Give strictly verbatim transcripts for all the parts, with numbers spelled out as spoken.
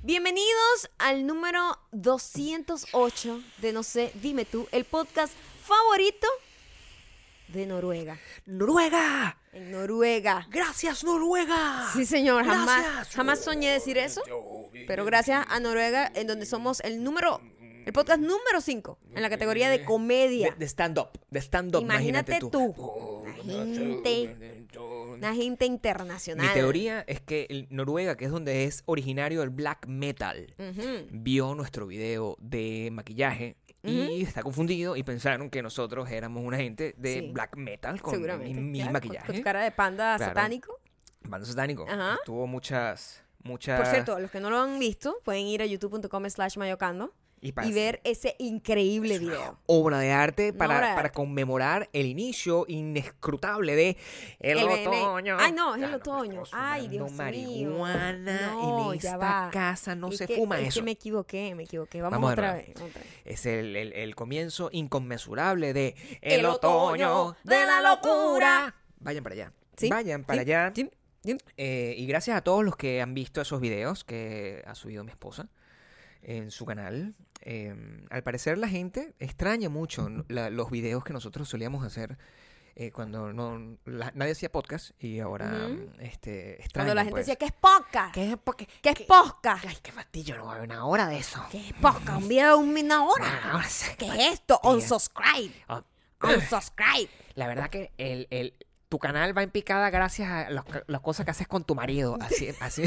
Bienvenidos al número doscientos ocho de No sé, dime tú, el podcast favorito de Noruega. ¡Noruega! En Noruega. ¡Gracias, Noruega! Sí, señor, jamás, Gracias. jamás soñé decir eso, pero gracias a Noruega, en donde somos el número, el podcast número cinco en la categoría de comedia. De, de stand-up, de stand-up, Imagínate, imagínate, tú. tú. Una gente, una gente internacional. Mi teoría es que el Noruega, que es donde es originario el black metal, Ujú. vio nuestro video de maquillaje y está confundido y pensaron que nosotros éramos una gente de Sí. black metal con Seguramente. mi, mi Claro, maquillaje. Con tu cara de panda Claro. satánico. Bando satánico. Ajá. Tuvo muchas, muchas... Por cierto, los que no lo han visto, pueden ir a youtube punto com slash mayocando y para- y ver ese increíble video. obra de arte Una para, obra de para arte. conmemorar el inicio inescrutable de el, El bebé. otoño. Ay, no, es el Claro, otoño. estamos Ay, fumando Dios mío. marihuana No, en ya esta va. casa no Es se que- fuma es eso. que me equivoqué, me equivoqué. Vamos, Vamos de otra nuevo. vez. Otra vez. Es el, el- el comienzo inconmensurable de El el, otoño otoño de la locura. Vayan para allá. ¿Sí? Vayan para ¿Sí? allá. ¿Sí? ¿Sí? Eh, y gracias a todos los que han visto esos videos que ha subido mi esposa en su canal. Eh, al parecer la gente extraña mucho la- los videos que nosotros solíamos hacer eh, cuando no la- nadie hacía podcast y ahora Ujú. este, extraña. Cuando la gente pues. decía que es podcast. ¿Qué es porque Que es podcast. Ay, qué fastidio, no va a haber una hora de eso. Que es podcast. Un video de una hora. Ah, ahora sí, ¿Qué qué es esto? fastidio. Unsubscribe. Ah, Unsubscribe. La verdad que el, el, tu canal va en picada gracias a los- las cosas que haces con tu marido. Así, así.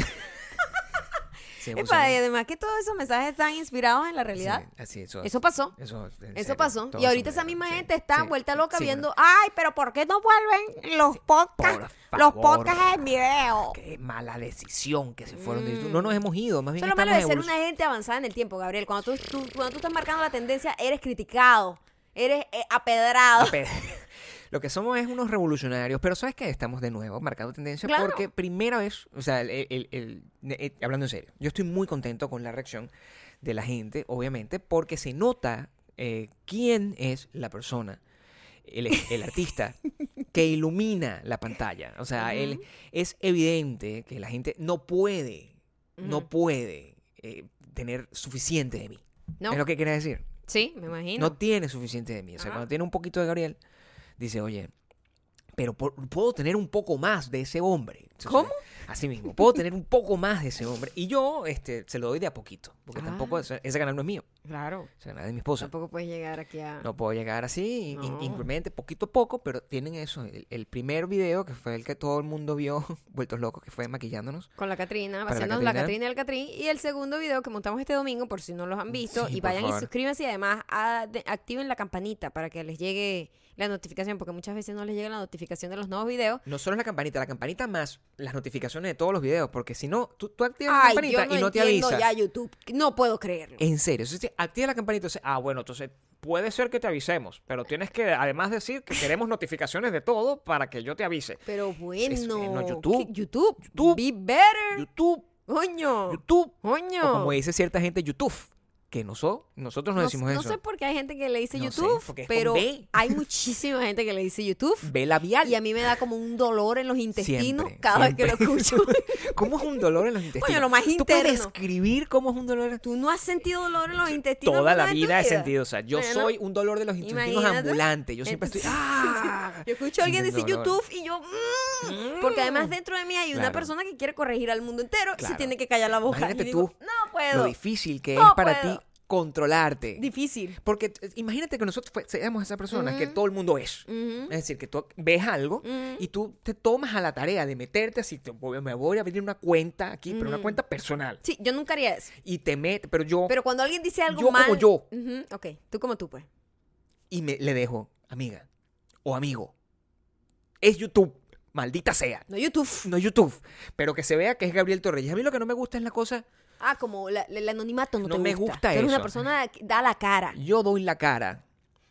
Sí, Epa, funciona. y además que todos esos mensajes están inspirados en la realidad. Sí, así, eso, Eso pasó. Eso, en Eso serio, pasó. todo Y ahorita eso esa me- misma sí, gente está sí, vuelta sí, loca sí, viendo, bueno. ay, pero ¿por qué no vuelven los podcasts? Por Los favor. podcasts en video. Qué mala decisión que se fueron de Mm. YouTube. No nos hemos ido, más bien Eso es lo malo estamos de ser evolucionando. una gente avanzada en el tiempo, Gabriel. Cuando tú, tú- cuando tú estás marcando la tendencia, eres criticado. Eres eh, apedrado. Pe- Lo que somos es unos revolucionarios, pero ¿sabes qué? Estamos de nuevo marcando tendencia Claro. porque primera vez, o sea, el, el- el- el- hablando en serio, yo estoy muy contento con la reacción de la gente, obviamente, porque se nota eh, quién es la persona, el, el artista que ilumina la pantalla. O sea, Ujú. él, es evidente que la gente no puede, no Ujú. puede eh, tener suficiente de mí. No. Es lo que quiere decir. Sí, me imagino. No tiene suficiente de mí. O sea, Ajá. cuando tiene un poquito de Gabriel, dice, oye, pero por- puedo tener un poco más de ese hombre. Entonces, ¿Cómo? Así mismo, puedo tener un poco más de ese hombre. Y yo este, se lo doy de a poquito, porque Ah. tampoco ese, ese canal no es mío, Claro. ese canal es de mi esposa. Tampoco puedes llegar aquí a... No puedo llegar así, in- No. incremente, poquito a poco, pero tienen eso. El, el primer video, que fue el que todo el mundo vio, vueltos locos, que fue maquillándonos. Con la Catrina, Para la haciendo la Catrina. Catrina y el Catrín. Y el segundo video que montamos este domingo, por si no los han visto. Sí, y por vayan y favor. suscríbanse y además a- de- activen la campanita para que les llegue la notificación, porque muchas veces no les llega la notificación de los nuevos videos. No solo es la campanita, la campanita más las notificaciones de todos los videos, porque si no, tú, tú activas Ay, la yo campanita no y no te entiendo avisa. ya YouTube. No puedo creerlo. En serio, si activa la campanita, entonces, ah, bueno, entonces puede ser que te avisemos, pero tienes que además decir que queremos notificaciones de todo para que yo te avise. Pero bueno. Es- no, YouTube. ¿Qué? YouTube. YouTube. Be better. YouTube, Coño. YouTube, Coño. o como dice cierta gente, YouTube, que noso- nosotros no, No, decimos no eso. sé por qué hay gente que le dice No sé, YouTube, porque es con pero B. hay muchísima gente que le dice YouTube. Ve labial. Y a mí me da como un dolor en los intestinos Siempre, cada vez que lo siempre. escucho. ¿Cómo es un dolor en los intestinos? Coño, lo más ¿Tú puedes interno. describir cómo es un dolor en los ¿Tú no has sentido dolor en los intestinos? Toda la alguna vez en tu vida he sentido, o sea, yo Bueno, soy un dolor de los intestinos imagínate. ambulante. Yo siempre estoy. Entonces, ¡Ah! Yo escucho a alguien decir Sintiendo YouTube dolor. y yo... mm, porque además dentro de mí hay una Claro. persona que quiere corregir al mundo entero y se Claro. tiene que callar la boca. Imagínate Y digo, tú no puedo. Lo difícil que No es para puedo. ti controlarte. Difícil. Porque eh, imagínate que nosotros fue- seamos esas personas que Ujú. todo el mundo es. Ujú. Es decir, que tú ves algo Ujú. y tú te tomas a la tarea de meterte así, te voy- me voy a abrir una cuenta aquí, pero una Ujú. cuenta personal. Sí, yo nunca haría eso. Y te metes, pero yo, Pero cuando alguien dice algo Yo como mal... yo. Ujú, ok, tú como tú, pues. y me, le dejo, amiga o amigo, es YouTube, maldita sea. No YouTube. No YouTube, pero que se vea que es Gabriel Torreyes. A mí lo que no me gusta es la cosa, Ah, como la- la- el anonimato no, No te me gusta. gusta Tú eres una eso. persona que da la cara. yo doy la cara.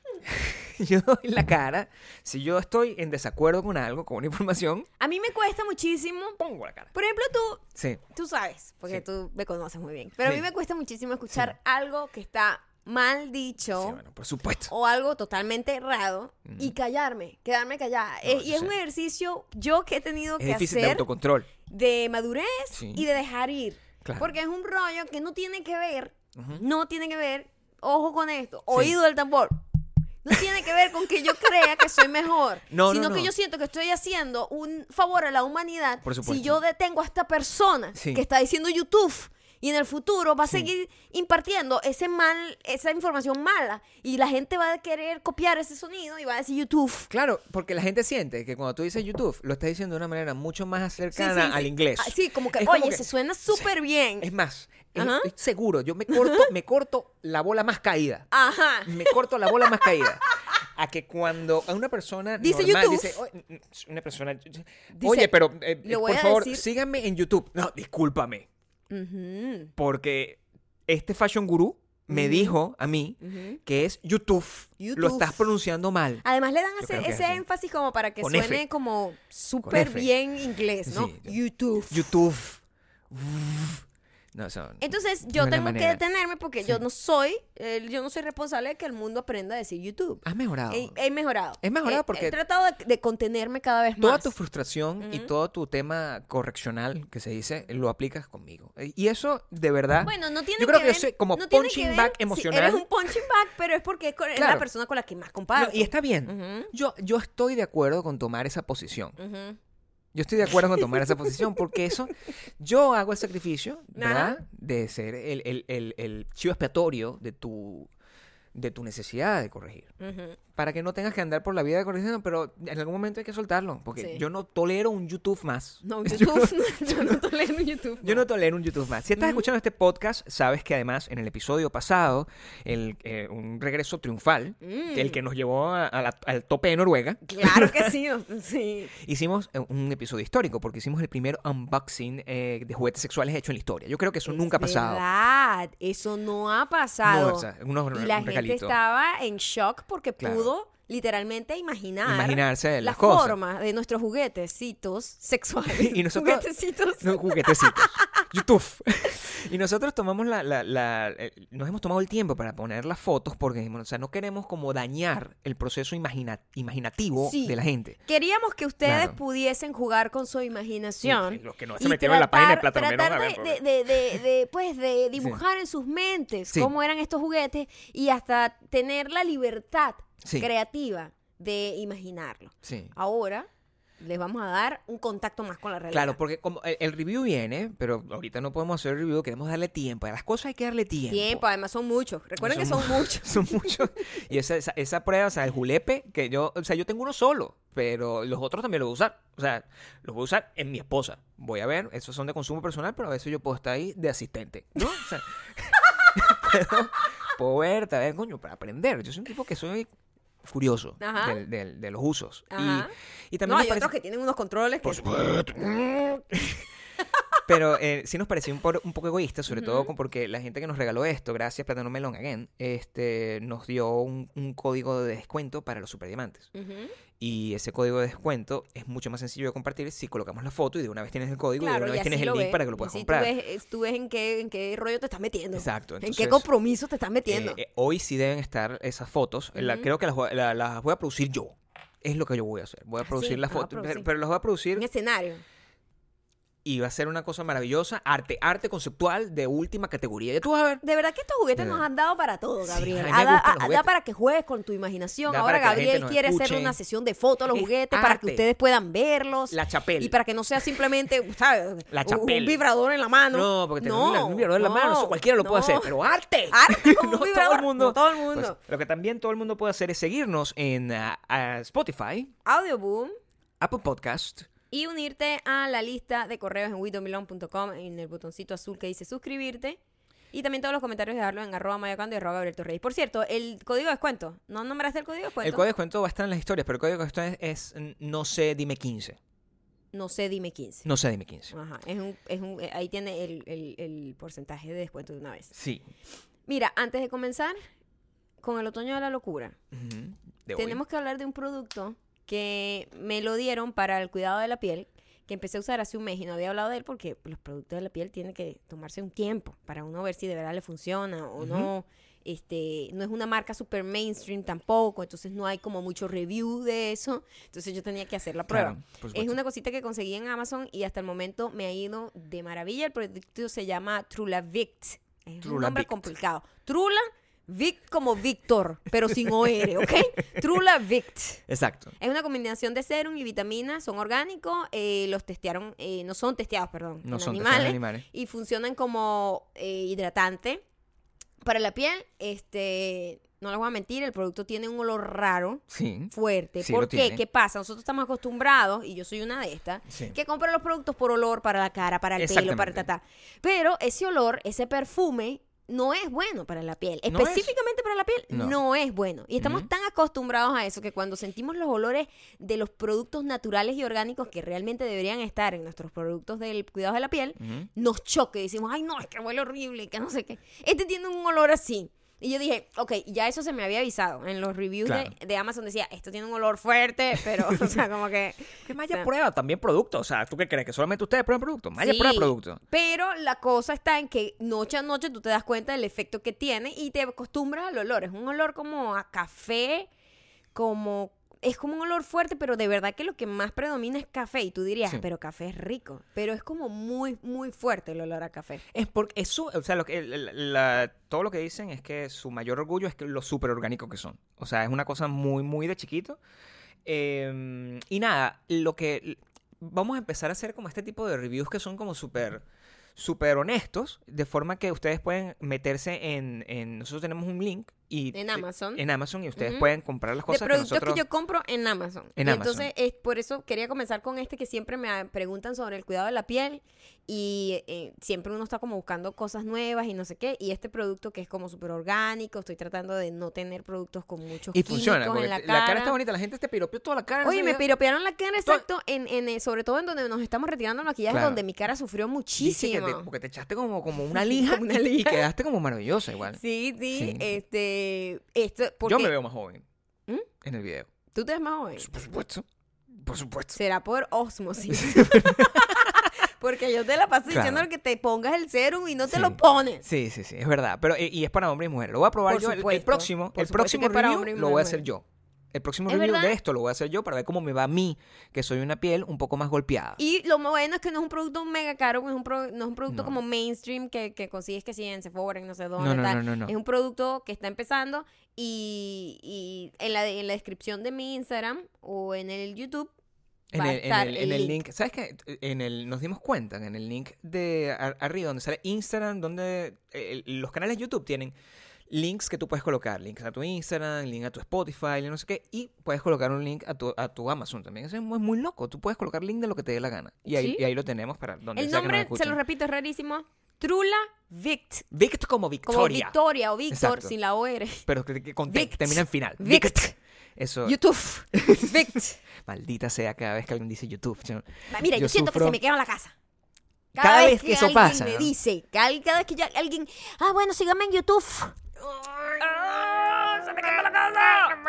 Yo doy la cara. Si yo estoy en desacuerdo con algo, con una información, A mí me cuesta muchísimo. pongo la cara. Por ejemplo, tú, Sí. tú sabes, porque Sí. tú me conoces muy bien. Pero a Sí. mí me cuesta muchísimo escuchar algo que está mal dicho Sí, bueno, por supuesto. o algo totalmente errado y callarme, quedarme callada. No, Eh, yo y es sé. un ejercicio yo que he tenido Es que difícil de hacer autocontrol. de madurez Sí. y de dejar ir. Claro. Porque es un rollo que no tiene que ver, Ujú. no tiene que ver, ojo con esto, oído del tambor. No tiene que ver con que yo crea que soy mejor, No, sino no, que no. yo siento que estoy haciendo un favor a la humanidad Por si supuesto. yo detengo a esta persona Sí. que está diciendo YouTube y en el futuro va a Sí. seguir impartiendo ese mal, esa información mala y la gente va a querer copiar ese sonido y va a decir YouTube. Claro, porque la gente siente que cuando tú dices YouTube, lo estás diciendo de una manera mucho más Sí, cercana sí, al sí. inglés. Ah, sí, como que, Es oye, como que- se suena súper bien. Es más, es- Ajá. estoy seguro, yo me corto, me corto la bola más caída. Ajá. Me corto la bola más caída. A que cuando a una persona Dice normal YouTube. dice, "Oye, mm, una persona, oye, pero eh, le voy por a favor, decir- síganme en YouTube. No, discúlpame, Ujú, porque este fashion guru me Ujú. dijo a mí ujú. que es YouTube. Lo YouTube. estás pronunciando mal. Además le dan Yo ese, creo que es ese así. énfasis como para que Con suene F. como súper F. bien inglés, ¿no? Sí. YouTube. YouTube. No, eso Entonces no yo es la tengo que manera. detenerme porque yo no soy, eh, yo no soy responsable de que el mundo aprenda a decir YouTube. Has mejorado. He, he mejorado. He mejorado He- porque- he tratado de, de contenerme cada vez Toda más. tu frustración y Ujú. todo tu tema correccional que se dice, lo aplicas conmigo. Y eso, de verdad, Bueno, no tiene yo creo que que yo ver- soy como no tiene punching que ver- back sí, emocional. eres un punching back, pero es porque es, con- es Claro. la persona con la que más No, comparto. y está bien. Ujú, Yo, yo estoy de acuerdo con tomar esa posición. ujú. Yo estoy de acuerdo con tomar esa posición porque eso, yo hago el sacrificio, ¿verdad? Ajá. De ser el, el, el, el chivo expiatorio de tu, de tu necesidad de corregir. Ujú. Para que no tengas que andar por la vida corrigiendo, pero en algún momento hay que soltarlo. Porque Sí. yo no tolero un YouTube más. No, Yo YouTube, yo no tolero YouTube. Yo no tolero un YouTube más. Si estás escuchando este podcast, sabes que además en el episodio pasado, el, eh, un regreso triunfal, Mm. que el que nos llevó a- a la- al tope de Noruega, Claro que sí, o- sí. hicimos eh, un episodio histórico porque hicimos el primer unboxing eh, de juguetes sexuales hecho en la historia. Yo creo que eso nunca ha pasado. verdad, eso no ha pasado. No, o sea, unos y la un gente regalito. estaba en shock porque Claro. pudo literalmente imaginar Imaginarse la las cosas. forma de nuestros juguetecitos sexuales. Y nosotros- Juguetecitos. No, juguetecitos. YouTube. Y nosotros tomamos la, la, la- eh, nos hemos tomado el tiempo para poner las fotos porque dijimos, o sea, no queremos como dañar el proceso imagina- imaginativo Sí. de la gente. Queríamos que ustedes Claro. pudiesen jugar con su imaginación. Sí, los que no se y metieron en la página de tratar- Plátano Melón, tratar a de, ver, de, de, de- de, pues, de dibujar en sus mentes Sí. cómo eran estos juguetes y hasta tener la libertad Sí. creativa de imaginarlo. Sí. Ahora les vamos a dar un contacto más con la realidad. Claro, porque como el, el review viene, pero ahorita no podemos hacer el review, queremos darle tiempo. A las cosas hay que darle tiempo. Tiempo, además son muchos. Recuerden que son mu- muchos. Son muchos. Y esa, esa, esa prueba, o sea, el julepe, que yo, o sea, yo tengo uno solo, pero los otros también los voy a usar. O sea, los voy a usar en mi esposa. Voy a ver, esos son de consumo personal, pero a veces yo puedo estar ahí de asistente, ¿no? O sea, puedo, puedo ver, tal vez, coño, para aprender. Yo soy un tipo que soy furioso Ajá. del- del- de los usos. Ajá. Y, y también No, me hay parece- otros que tienen unos controles que... Por supuesto. Pero eh, sí nos pareció un, por- un poco egoísta, sobre todo con- porque la gente que nos regaló esto, gracias Plátano Melón Again, este, nos dio un, un código de descuento para los superdiamantes. Ujú. Y ese código de descuento es mucho más sencillo de compartir si colocamos la foto y de una vez tienes el código y de Claro, una y vez tienes así el lo link ves. para que lo Y puedas así comprar. Tú ves, tú ves en, qué, en qué rollo te estás metiendo. Exacto. En qué entonces, compromiso te estás metiendo. eh, eh, hoy sí deben estar esas fotos. La- Ujú. creo que las, voy- la- las voy a producir yo. Es lo que yo voy a hacer. Voy a Ah, producir sí, las las vas a fotos. Pero, producir. pero las voy a producir Un escenario. y va a ser una cosa maravillosa. Arte, arte conceptual de última categoría. Ya tú vas a ver. De verdad que estos juguetes De nos verdad. han dado para todo, Sí, Gabriel. a mí Ha me da, gustan los ha- da juguetes. para que juegues con tu imaginación. Da Ahora para que la gente Gabriel nos quiere hacer escuche. una sesión de fotos a los Es juguetes para que arte. ustedes puedan verlos. La chapel. Y para que no sea simplemente, ¿sabes? La un- chapel. Un vibrador en la mano. No, porque tener un- un vibrador en la no, mano, eso cualquiera lo puede no. hacer. Pero arte. Arte con un No todo vibrador. el mundo. No todo el mundo. Pues, lo que también todo el mundo puede hacer es seguirnos en ah, ah, Spotify, Audioboom. Apple Podcast. Y unirte a la lista de correos en widomilon punto com en el botoncito azul que dice suscribirte. Y también todos los comentarios dejarlo en arroba mayocando y arroba Gabriel Torreyes. Por cierto, el código de descuento. ¿No nombraste el código de descuento? El código de descuento va a estar en las historias, pero el código de descuento es, es, no sé, dime quince. No sé, dime quince. No sé, dime quince. Ajá, es un, es un, eh, ahí tiene el, el, el porcentaje de descuento de una vez. Sí. Mira, antes de comenzar con el otoño de la locura, Ujú. De hoy. tenemos que hablar de un producto que me lo dieron para el cuidado de la piel, que empecé a usar hace un mes y no había hablado de él porque los productos de la piel tienen que tomarse un tiempo para uno ver si de verdad le funciona o Ujú. no. este, no es una marca super mainstream tampoco, entonces no hay como mucho review de eso, entonces yo tenía que hacer la prueba. Claro, por Es supuesto. una cosita que conseguí en Amazon y hasta el momento me ha ido de maravilla. El producto se llama Trulavict. Es un Trulavict. nombre complicado. Trula Vic como Víctor, pero sin O R, ¿ok? Trulavict. Exacto. Es una combinación de serum y vitaminas, son orgánicos, eh, los testearon, eh, no son testeados, perdón, No en son animales, testeados en animales. y funcionan como eh, hidratante para la piel. Este, no les voy a mentir, el producto tiene un olor raro, Sí. fuerte. Sí, ¿Por lo qué? tiene. ¿Qué pasa? Nosotros estamos acostumbrados, y yo soy una de estas, Sí. que compra los productos por olor para la cara, para el pelo, para Exactamente. ta, ta. Pero ese olor, ese perfume, no es bueno para la piel. No es. Específicamente para la piel, No. no. es bueno. Y estamos Ujú. tan acostumbrados a eso que cuando sentimos los olores de los productos naturales y orgánicos que realmente deberían estar en nuestros productos del cuidado de la piel, Ujú. nos choque. Decimos, ay, no, es que huele horrible, que no sé qué. Este tiene un olor así. Y yo dije, ok, ya eso se me había avisado. En los reviews Claro. de, de Amazon decía, esto tiene un olor fuerte, pero, o sea, como que... Que o Maya sea, prueba también productos. O sea, ¿tú qué crees? ¿Que solamente ustedes prueban productos? Maya sí, prueba productos. Pero la cosa está en que noche a noche tú te das cuenta del efecto que tiene y te acostumbras al olor. Es un olor como a café, como... Es como un olor fuerte, pero de verdad que lo que más predomina es café. Y tú dirías, Sí. pero café es rico. Pero es como muy, muy fuerte el olor a café. Es porque eso, o sea, lo que, la- la- todo lo que dicen es que su mayor orgullo es que lo súper orgánico que son. O sea, es una cosa muy, muy de chiquito. Eh, y nada, lo que vamos a empezar a hacer como este tipo de reviews que son como súper súper honestos, de forma que ustedes pueden meterse en, en nosotros tenemos un link y En Amazon. en Amazon y ustedes Ujú. pueden comprar las De cosas que productos nosotros que yo compro en Amazon. En y Amazon. entonces, es por eso quería comenzar con este que siempre me ah, preguntan sobre el cuidado de la piel. Y eh, siempre uno está como buscando cosas nuevas y no sé qué. Y este producto que es como súper orgánico. Estoy tratando de no tener productos con muchos y químicos funciona, porque en la la cara. cara. está bonita, la gente te piropió toda la cara. en Oye, ese me video. piropearon la cara, Todo- exacto, en, en, eh, sobre todo en donde nos estamos retirando el maquillaje, Claro. donde mi cara sufrió Dice muchísimo. que te- porque te echaste como, como una lija, Como una y- y, lija. quedaste como maravillosa igual. Sí, sí, Sí. este, esto, porque Yo me veo más joven ¿Mm? en el video. tú te ves más joven. Por supuesto. Por supuesto. Será por osmosis. Porque yo te la paso Claro. diciendo que te pongas el serum y no te Sí. lo pones. Sí, sí, sí, es verdad. Pero eh, y es para hombre y mujer. Lo voy a probar Por yo. El- El, supuesto, próximo, por el supuesto próximo que es para review hombre y lo voy a mujer. hacer yo. El próximo ¿Es review verdad? de esto lo voy a hacer yo para ver cómo me va a mí, que soy una piel un poco más golpeada. Y lo bueno es que no es un producto mega caro, no es un, pro- no es un producto No. como mainstream que, que consigues que sí en Sephora, en no sé dónde, No, no, tal. no, no, no. Es un producto que está empezando y, y en, la, en la descripción de mi Instagram o en el YouTube En va a el, en estar el- el en el link. link. ¿Sabes qué? En el, nos dimos cuenta que en el link de ar- arriba, donde sale Instagram, donde eh, el- los canales de YouTube tienen links que tú puedes colocar. Links a tu Instagram, link a tu Spotify, no sé qué. Y puedes colocar un link a tu, a tu Amazon también. Eso es muy, muy loco. Tú puedes colocar link de lo que te dé la gana. Y ahí, ¿Sí? y ahí lo tenemos para donde El sea que nos nombre, se escuchen. lo repito, es rarísimo. Trula Vict. Vict como Como Victoria. Victoria o Víctor Exacto. sin la O R. Pero que, que con T, Vict. termina en final. Vict. Eso, YouTube. Vict. maldita sea cada vez que alguien dice YouTube. Yo- Mira, yo, Yo siento que sufro- se me quema la casa. Cada vez que eso alguien pasa, me ¿no? dice, cada, cada vez que ya alguien, ah, bueno, sígame en YouTube. ¡Ah! ¡Se me quema la casa!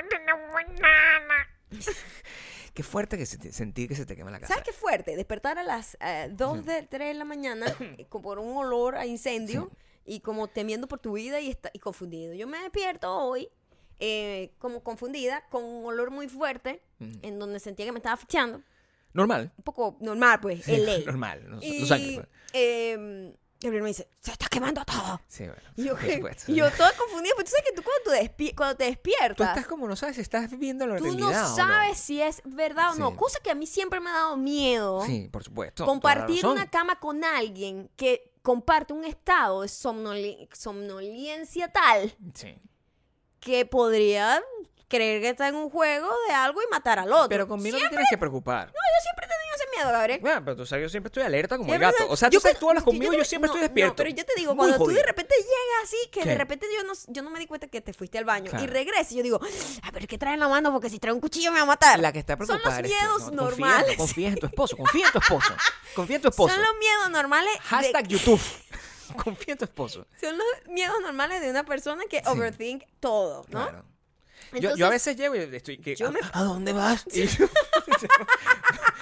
Qué fuerte que se te- sentir que se te quema la casa. ¿Sabes qué fuerte? Despertar a las dos de tres de la mañana eh, con- por un olor a incendio y como temiendo por tu vida y, está, y confundido. Yo me despierto hoy eh, como confundida con un olor muy fuerte Ujú. en donde sentía que me estaba fichando. Normal. Un poco normal, pues, Sí, el ley. normal. Los, Y los años. Pues. eh, Gabriel me dice, se está quemando todo. Sí, bueno. Y yo, por ¿qué? supuesto. Y yo toda confundida, porque tú sabes que tú cuando, tú despi- cuando te Tú despiertas, estás como no sabes si estás viviendo la tú realidad no o sabes si es verdad o no. Sí. Cosa que a mí siempre me ha dado miedo. Sí, por supuesto. Compartir toda la una razón. cama con alguien que comparte un estado de somnoli- somnolencia tal Sí. que podría creer que está en un juego de algo y matar al otro. Pero conmigo no Siempre- te tienes que preocupar. yo siempre he tenido ese miedo, Gabriel. Bueno, pero tú sabes, yo siempre estoy alerta como Siempre el gato. te- O sea, tú, yo sabes, cuando- tú hablas es que conmigo te- y yo siempre no, estoy despierto. No, pero yo te digo, Muy cuando tú de jodido. repente llegas así, que ¿Qué? de repente yo no, yo no me di cuenta que te fuiste al baño Claro. y regresas y yo digo, a ver, ¿qué trae en la mano? Porque si trae un cuchillo me va a matar. La que está Son preocupada los eres tú. miedos No, confía- normales. Confía en tu esposo. Confía en tu esposo. Confía en tu esposo. Son los miedos normales. de- Hashtag YouTube. Confía en tu esposo. son los miedos normales de una persona que overthink todo, ¿no? Claro. Yo, Entonces, yo a veces llego y estoy que, yo ¿a, me- ¿a dónde vas? Y yo-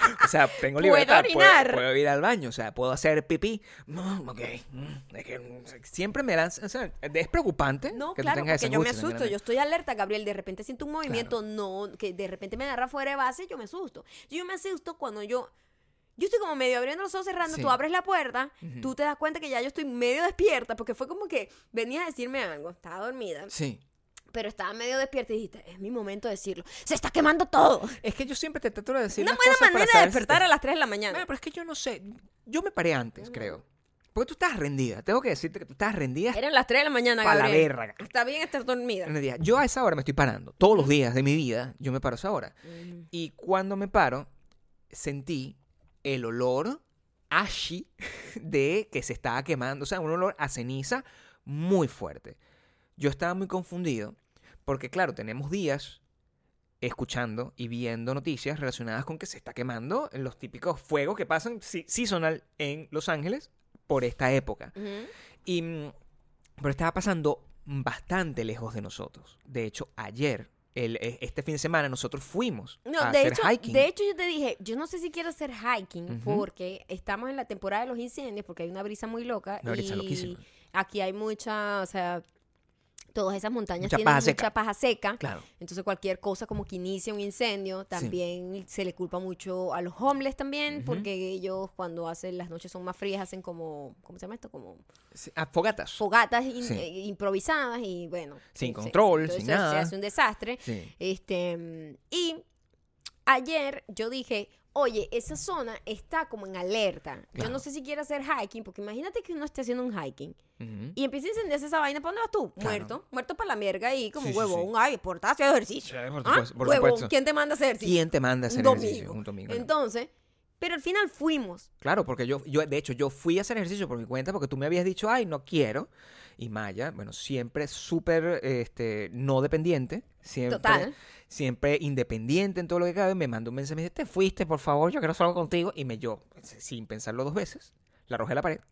O sea, tengo ¿Puedo libertad. orinar? Puedo, puedo ir al baño, o sea, puedo hacer pipí. No, ok. mm, Es que mm, siempre me lanzan. O sea, es preocupante No, que claro, tú tengas porque esa yo me angustia tan asusto, grande. yo estoy alerta, Gabriel, de repente siento un movimiento, no, que de repente me agarra fuera de base, yo me asusto. Yo me asusto cuando yo, yo estoy como medio abriendo los ojos, cerrando, Sí. tú abres la puerta, Ujú. tú te das cuenta que ya yo estoy medio despierta, porque fue como que venías a decirme algo, estaba dormida, Sí. pero estaba medio despierta y dijiste, es mi momento de decirlo, se está quemando todo. Es que yo siempre te trato de decir Una las buena cosas para manera de saber si despertar te- a las tres de la mañana. Bueno, pero es que yo no sé. Yo me paré antes, creo. Porque tú estabas rendida. Tengo que decirte que tú estabas rendida Eran las tres de la mañana, pa' la Gabriel. verga. Está bien estar dormida. en el día. Yo a esa hora me estoy parando. Todos los días de mi vida yo me paro a esa hora. Mm. Y cuando me paro, sentí el olor ashy de que se estaba quemando. O sea, un olor a ceniza muy fuerte. Yo estaba muy confundido porque, claro, tenemos días escuchando y viendo noticias relacionadas con que se está quemando los típicos fuegos que pasan se- seasonal en Los Ángeles por esta época. Ujú. Y, mm, pero estaba pasando bastante lejos de nosotros. De hecho, ayer, el, e- este fin de semana, nosotros fuimos No, a de hacer hecho, hiking. de hecho yo te dije, yo no sé si quiero hacer hiking Ujú. porque estamos en la temporada de los incendios, porque hay una brisa muy loca Una brisa y loquísima. aquí hay mucha, o sea, todas esas montañas Mucha tienen paja mucha seca. paja seca. Claro. Entonces cualquier cosa como que inicia un incendio, también se le culpa mucho a los homeless también, Ujú. porque ellos cuando hacen las noches son más frías, hacen como, ¿cómo se llama esto? Como Sí, ah, fogatas. fogatas in- Sí. eh, improvisadas y bueno. Sin sí, control, entonces sin se- nada. Se hace un desastre. Sí. Este, y ayer yo dije, oye, esa zona está como en alerta. Yo Claro. no sé si quiero hacer hiking, porque imagínate que uno esté haciendo un hiking Ujú. y empieza a incendiarse esa vaina. ¿Para dónde vas tú? Claro. Muerto. Muerto para la mierga y como Sí, sí, huevón. sí. Ay, por estar haciendo ejercicio. Sí, por ¿Ah? supuesto, por Huevón, supuesto. ¿quién te manda a hacer ejercicio? ¿Quién te manda a hacer Un ejercicio domingo. un domingo? no? Entonces, pero al final fuimos. Claro, porque yo, yo, de hecho, yo fui a hacer ejercicio por mi cuenta porque tú me habías dicho, ay, no quiero. Y Maya, bueno, siempre súper este, no dependiente. Siempre, Total. Siempre independiente en todo lo que cabe. Me mandó un mensaje, me dice, te fuiste, por favor, yo quiero hacer algo contigo. Y me yo, sin pensarlo dos veces, la arrojé a la pared.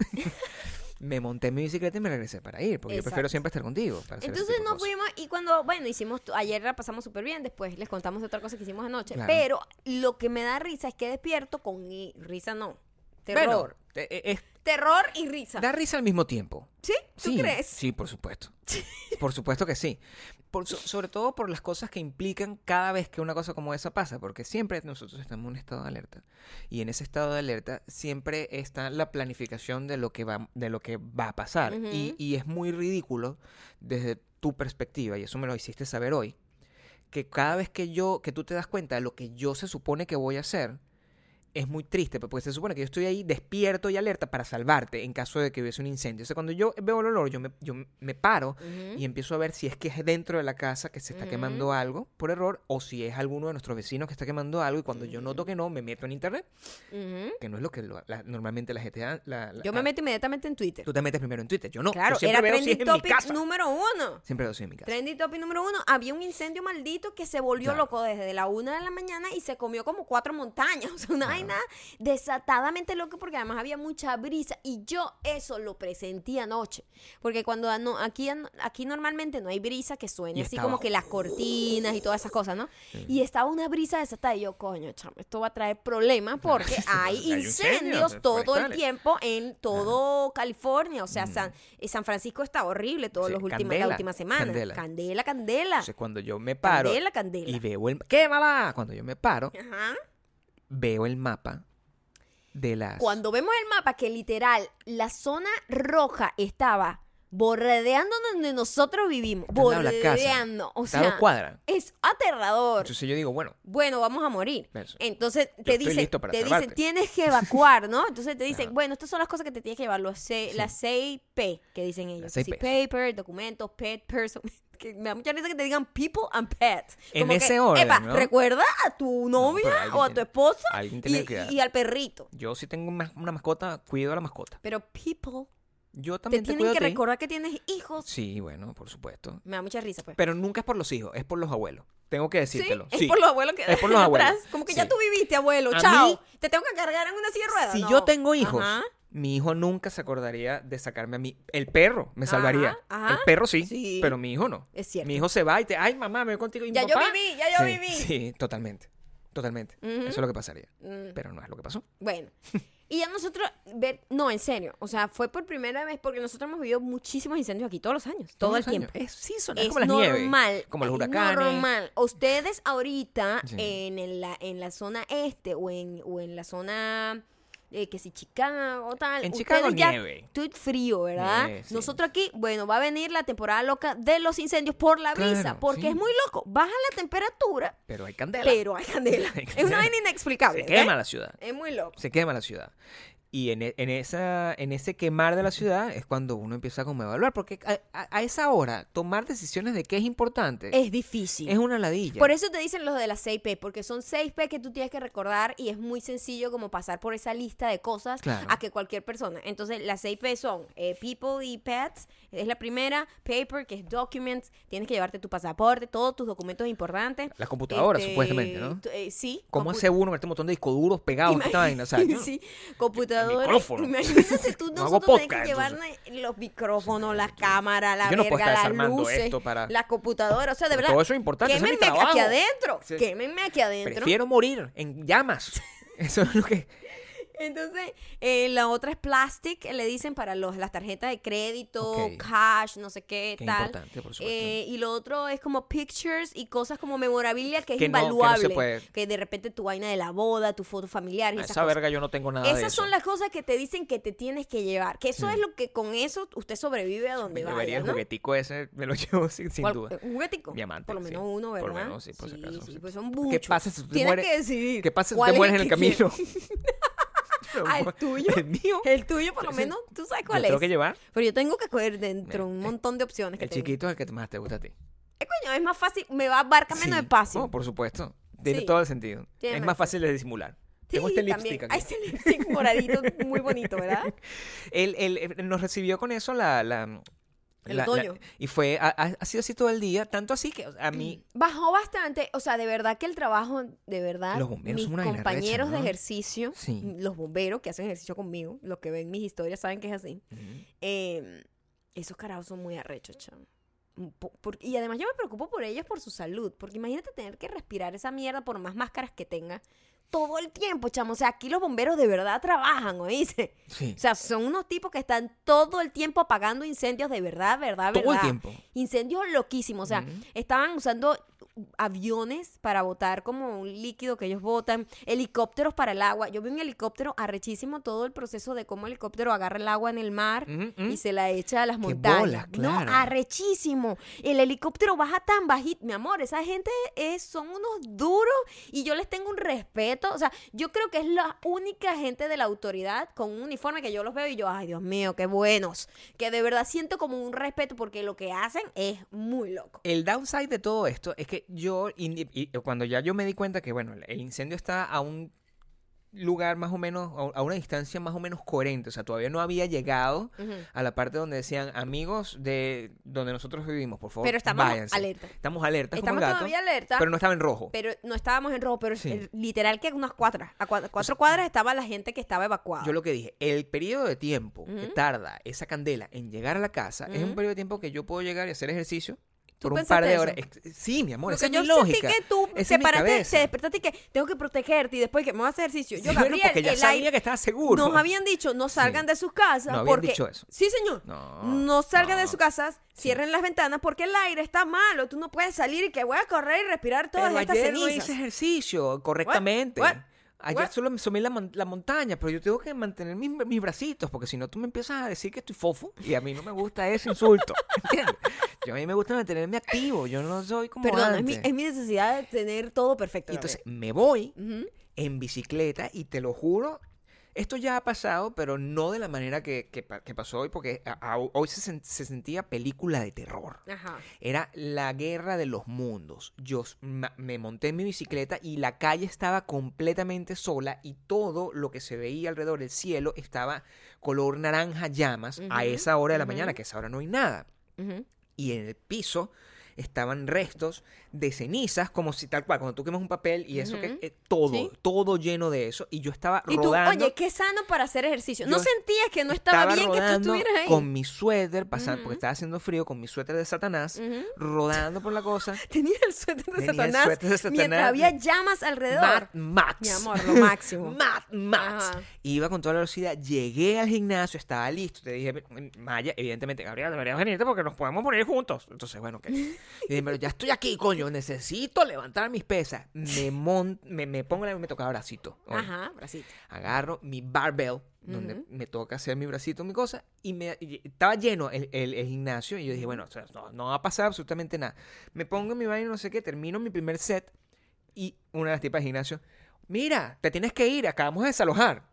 Me monté en mi bicicleta y me regresé para ir. Porque yo prefiero Exacto. siempre estar contigo. Para hacer ese Entonces tipo de nos cosas. fuimos y cuando, bueno, hicimos, ayer la pasamos súper bien, después les contamos de otra cosa que hicimos anoche, Claro. pero lo que me da risa es que despierto con i- risa no, Bueno, terror, eh, eh, es, terror y risa. da risa al mismo tiempo. ¿Sí? ¿Tú Sí, crees? sí, por supuesto. Por supuesto que sí. Por, so- sobre todo por las cosas que implican cada vez que una cosa como esa pasa, porque siempre nosotros estamos en un estado de alerta. Y en ese estado de alerta siempre está la planificación de lo que va, de lo que va a pasar. Ujú. y, y es muy ridículo desde tu perspectiva, y eso me lo hiciste saber hoy, que cada vez que yo, que tú te das cuenta de lo que yo se supone que voy a hacer, es muy triste, porque se supone que yo estoy ahí despierto y alerta para salvarte en caso de que hubiese un incendio. O sea, cuando yo veo el olor, yo me, yo me paro Ujú. y empiezo a ver si es que es dentro de la casa que se está Ujú. quemando algo por error o si es alguno de nuestros vecinos que está quemando algo y cuando yo noto que no, me meto en internet, Ujú. que no es lo que lo- la- normalmente la gente da. la- la- Yo me meto inmediatamente en Twitter. Tú te metes primero en Twitter, yo no. Claro, yo siempre era veo si es trending en mi topic casa. número uno. Siempre veo si es en mi casa. Trending topic número uno, había un incendio maldito que se volvió Claro. loco desde la una de la mañana y se comió como cuatro montañas. O sea, una Claro. vaina desatadamente loca porque además había mucha brisa y yo eso lo presentí anoche. Porque cuando ano- aquí, an- aquí normalmente no hay brisa que suene Y así estaba- como que las cortinas y todas esas cosas, ¿no? Y estaba una brisa desatada y yo, coño, chamo, esto va a traer problemas porque hay Hay incendios incendios todo el forestales. tiempo en todo California. O sea, San, eh, San Francisco está horrible todas Sí, las últimas, la candela, última semana. candela. Candela, candela. Entonces cuando yo me paro Candela, candela. y veo el... ¡Quémala! Cuando yo me paro, Ajá. veo el mapa de las... Cuando vemos el mapa que literal la zona roja estaba bordeando donde nosotros vivimos, Está al lado de la casa. bordeando, o Está a dos sea, cuadras. es aterrador. Entonces yo digo, bueno, Bueno, vamos a morir. Eso. Entonces Yo te estoy dicen, listo para te dicen, salvarte. tienes que evacuar, ¿no? Entonces te dicen, Ajá. bueno, estas son las cosas que te tienes que llevar, los C- Sí. las seis P que dicen ellos. Las seis Sí, Ps. paper, documentos, pet, person. Que me da mucha risa que te digan people and pets. En Como que, ese orden, epa, ¿no? recuerda a tu novia pero alguien o a tu tiene- esposa alguien y, tiene que dar. y al perrito. yo si tengo una, una mascota, cuido a la mascota. Pero people Yo te también te, tienen cuido que a ti. recordar que tienes hijos. Sí, bueno, por supuesto. Me da mucha risa, pues. Pero nunca es por los hijos, es por los abuelos. Tengo que Sí, decírtelo. es Sí. por los abuelos que Es por los dejan abuelos. atrás. Como que Sí. ya tú viviste, abuelo. A Chao. mí- Te tengo que cargar en una silla de ruedas. Si No. yo tengo hijos, Ajá. mi hijo nunca se acordaría de sacarme a mí. El perro me salvaría. Ajá, ajá. El perro sí, Sí. pero mi hijo no. Es cierto. Mi hijo se va y te, ay mamá, me voy contigo. ¿Y mi Ya yo papá? viví, ya yo Sí, viví. Sí, totalmente. Totalmente. Ujú. Eso es lo que pasaría. Mm, Pero no es lo que pasó. Bueno. Y ya nosotros, ver, no, en serio, o sea, fue por primera vez porque nosotros hemos vivido muchísimos incendios aquí todos los años, todo Todos el los años. tiempo. Es seasonal, es Es como las nieves. normal, Como los es huracanes. normal. Ustedes ahorita Sí. en, el- la, en la zona este o en, o en la zona eh, que si Chicago o tal, En ustedes Chicago ya nieve. todo frío, ¿verdad? Sí, sí. Nosotros aquí, bueno, va a venir la temporada loca de los incendios por la brisa, Claro, porque sí. es muy loco. Baja la temperatura, Pero hay candela. pero hay candela. Hay Es candela. una vaina inexplicable. Se quema ¿ves? la ciudad. Es muy loco. Se quema la ciudad. Y en, e- en, esa, en ese quemar de la ciudad es cuando uno empieza como a evaluar. Porque a, a- a esa hora, tomar decisiones de qué es importante Es difícil. es una ladilla. Por eso te dicen los de las seis P, porque son seis P que tú tienes que recordar y es muy sencillo como pasar por esa lista de cosas Claro. a que cualquier persona. Entonces, las seis P son eh, People y Pets, es la primera, Paper, que es Documents, tienes que llevarte tu pasaporte, todos tus documentos importantes. Las computadoras, Este, supuestamente, ¿no? tu- eh, sí. ¿Cómo compu- hace uno con este montón de discos duros pegados a esta vaina? O sea, yo- sí, computadora. micrófono. Imagínate tú, No hago nosotros tenemos podcast, que llevar los micrófonos, las cámaras, la yo no puedo verga, estar las desarmando luces, esto para- la computadora. O sea, de Pero verdad. todo eso es importante, ese es mi Quémenme aquí trabajo. adentro. Sí. Quémenme aquí adentro. Prefiero morir en llamas. Eso es lo que... Entonces, eh, la otra es plastic, le dicen para los, las tarjetas de crédito, Ok. cash, no sé qué, Qué tal. importante, por supuesto. Eh, y lo otro es como pictures y cosas como memorabilia que es Que no- que no se invaluable. puede. Que de repente tu vaina de la boda, tu foto familiar y A esas esa cosas. verga yo no tengo nada de Esas eso. son las cosas que te dicen que te tienes que llevar. Que eso Sí. es lo que con eso usted sobrevive a donde Me vaya, llevaría el ¿no? juguetico ese, me lo llevo sin, sin ¿Cuál- duda. ¿Un juguetico? Diamante, Por lo menos sí. uno, ¿verdad? Por lo menos, sí, por si acaso, sí, sí. pues son ¿Qué muchos. pasa si tú te Tienes mueres? que decidir. ¿Qué pasa si cuál te es mueres en el que camino? quieres. Ah, el tuyo. ¿El mío? El tuyo, por lo Ese- menos, tú sabes ¿Lo cuál tengo es. que llevar? Pero yo tengo que coger dentro Mira, un montón de opciones que El tengo. chiquito es el que más te gusta a ti. Eh, coño, es más fácil, me va a abarca menos Sí. espacio. Oh, por supuesto. Tiene Sí. todo el sentido. Tiene es razón. más fácil de disimular. Sí, Tengo este también. lipstick aquí. Ah, este lipstick moradito, muy bonito, ¿verdad? Él, él, él nos recibió con eso la... la El la- la- otoño. y fue, ha, ha- ha sido así todo el día, tanto así que a mí, Bajó bastante, o sea, de verdad que el trabajo, de verdad, Los bomberos mis son una vaina compañeros recha, de ¿no? ejercicio, Sí. los bomberos que hacen ejercicio conmigo, los que ven mis historias saben que es así. Eh, esos carajos son muy arrechos, chamo. Po- por- y además yo me preocupo por ellos, por su salud, porque imagínate tener que respirar esa mierda por más máscaras que tenga todo el tiempo, chamo. O sea, aquí los bomberos de verdad trabajan, ¿oíste? sí, O sea, son unos tipos que están todo el tiempo apagando incendios de verdad, verdad, verdad. todo el tiempo. Incendios loquísimos. O sea, Ujú. estaban usando aviones para botar como un líquido que ellos botan, helicópteros para el agua. Yo vi un helicóptero arrechísimo, todo el proceso de cómo el helicóptero agarra el agua en el mar Ujú, ujú. y se la echa a las Qué montañas. bolas, No, claro. arrechísimo. El helicóptero baja tan bajito. Mi amor, esa gente es, son unos duros y yo les tengo un respeto. O sea, yo creo que es la única gente de la autoridad con un uniforme que yo los veo y yo, ay, Dios mío, qué buenos. Que de verdad siento como un respeto porque lo que hacen es muy loco. El downside de todo esto es que yo, y- y cuando ya yo me di cuenta que, bueno, el incendio está a un lugar más o menos, a una distancia más o menos coherente, o sea, todavía no había llegado Ujú. a la parte donde decían, amigos de donde nosotros vivimos, por favor, Pero estamos váyanse. alerta. Estamos alertas Estamos como el gato, todavía alerta, pero no estaba en rojo. pero no estábamos en rojo, pero Sí. eh, literal que unas cuatro, a cuatro, cuatro cuadras estaba la gente que estaba evacuada. Yo lo que dije, el periodo de tiempo que Ujú. tarda esa candela en llegar a la casa es un Ujú. periodo de tiempo que yo puedo llegar y hacer ejercicio ¿Tú por un par pensaste de eso? horas. Ex- Sí, mi amor, esa Porque es mi yo sentí lógica. que tú Esa es te mi paraste, cabeza. te despertaste y que tengo que protegerte y después que me voy a hacer ejercicio. Yo, Sí, bueno, Gabriel, porque ya el sabía aire- que estaba seguro. nos habían dicho no salgan Sí. de sus casas No habían porque dicho eso. sí señor No, no salgan de no. sus casas, cierren las ventanas porque el aire está malo, tú no puedes salir y que voy a correr y respirar todas Pero estas ayer no cenizas. hice ejercicio correctamente. What? Ayer What? solo me subí la, mon- la montaña, pero yo tengo que mantener mis, mis bracitos, porque si no tú me empiezas a decir que estoy fofo y a mí no me gusta ese insulto. ¿Entiendes? Yo a mí me gusta mantenerme activo, yo no soy como Perdón, es antes. mi, es mi necesidad de tener todo perfecto. Y entonces Gabriel. me voy Ujú. en bicicleta y te lo juro, esto ya ha pasado, pero no de la manera que, que pa- que pasó hoy, porque a- a- hoy se, sen- se sentía película de terror. Ajá. Era la guerra de los mundos. Yo s- ma- me monté en mi bicicleta y la calle estaba completamente sola y todo lo que se veía alrededor del cielo estaba color naranja llamas a Ujú, esa hora de la ujú. mañana, que a esa hora no hay nada. Ujú. Y en el piso estaban restos de cenizas, como si tal cual, cuando tú quemas un papel y eso, que Ujú. eh, todo, Sí. todo lleno de eso. Y yo estaba Y tú, rodando. oye, qué sano para hacer ejercicio. ¿No Yo sentías que no estaba, bien que tú rodando estuvieras ahí? con mi suéter, pasando, Ujú. porque estaba haciendo frío, con mi suéter de Satanás, Ujú. rodando por la cosa. Tenías el suéter de Tenía el Satanás, suéter de Satanás. mientras había llamas alrededor. Mad Max. Mi amor, lo máximo. Mad Max. Ajá. Iba con toda la velocidad, llegué al gimnasio, estaba listo. Te dije, Maya, evidentemente, Gabriela, deberías venirte porque nos podemos morir juntos. Entonces, bueno, ok. Y dije, pero ya estoy aquí, coño, necesito levantar mis pesas. Me, mon me, me pongo la me tocaba bracito. Oye, Ajá, bracito. agarro mi barbell, donde Ujú. me toca hacer mi bracito, mi cosa, y me y estaba lleno el, el- el gimnasio, y yo dije, bueno, o sea, no, no va a pasar absolutamente nada. Me pongo en mi baño, no sé qué, termino mi primer set, y una de las tipas del gimnasio, mira, te tienes que ir, acabamos de desalojar.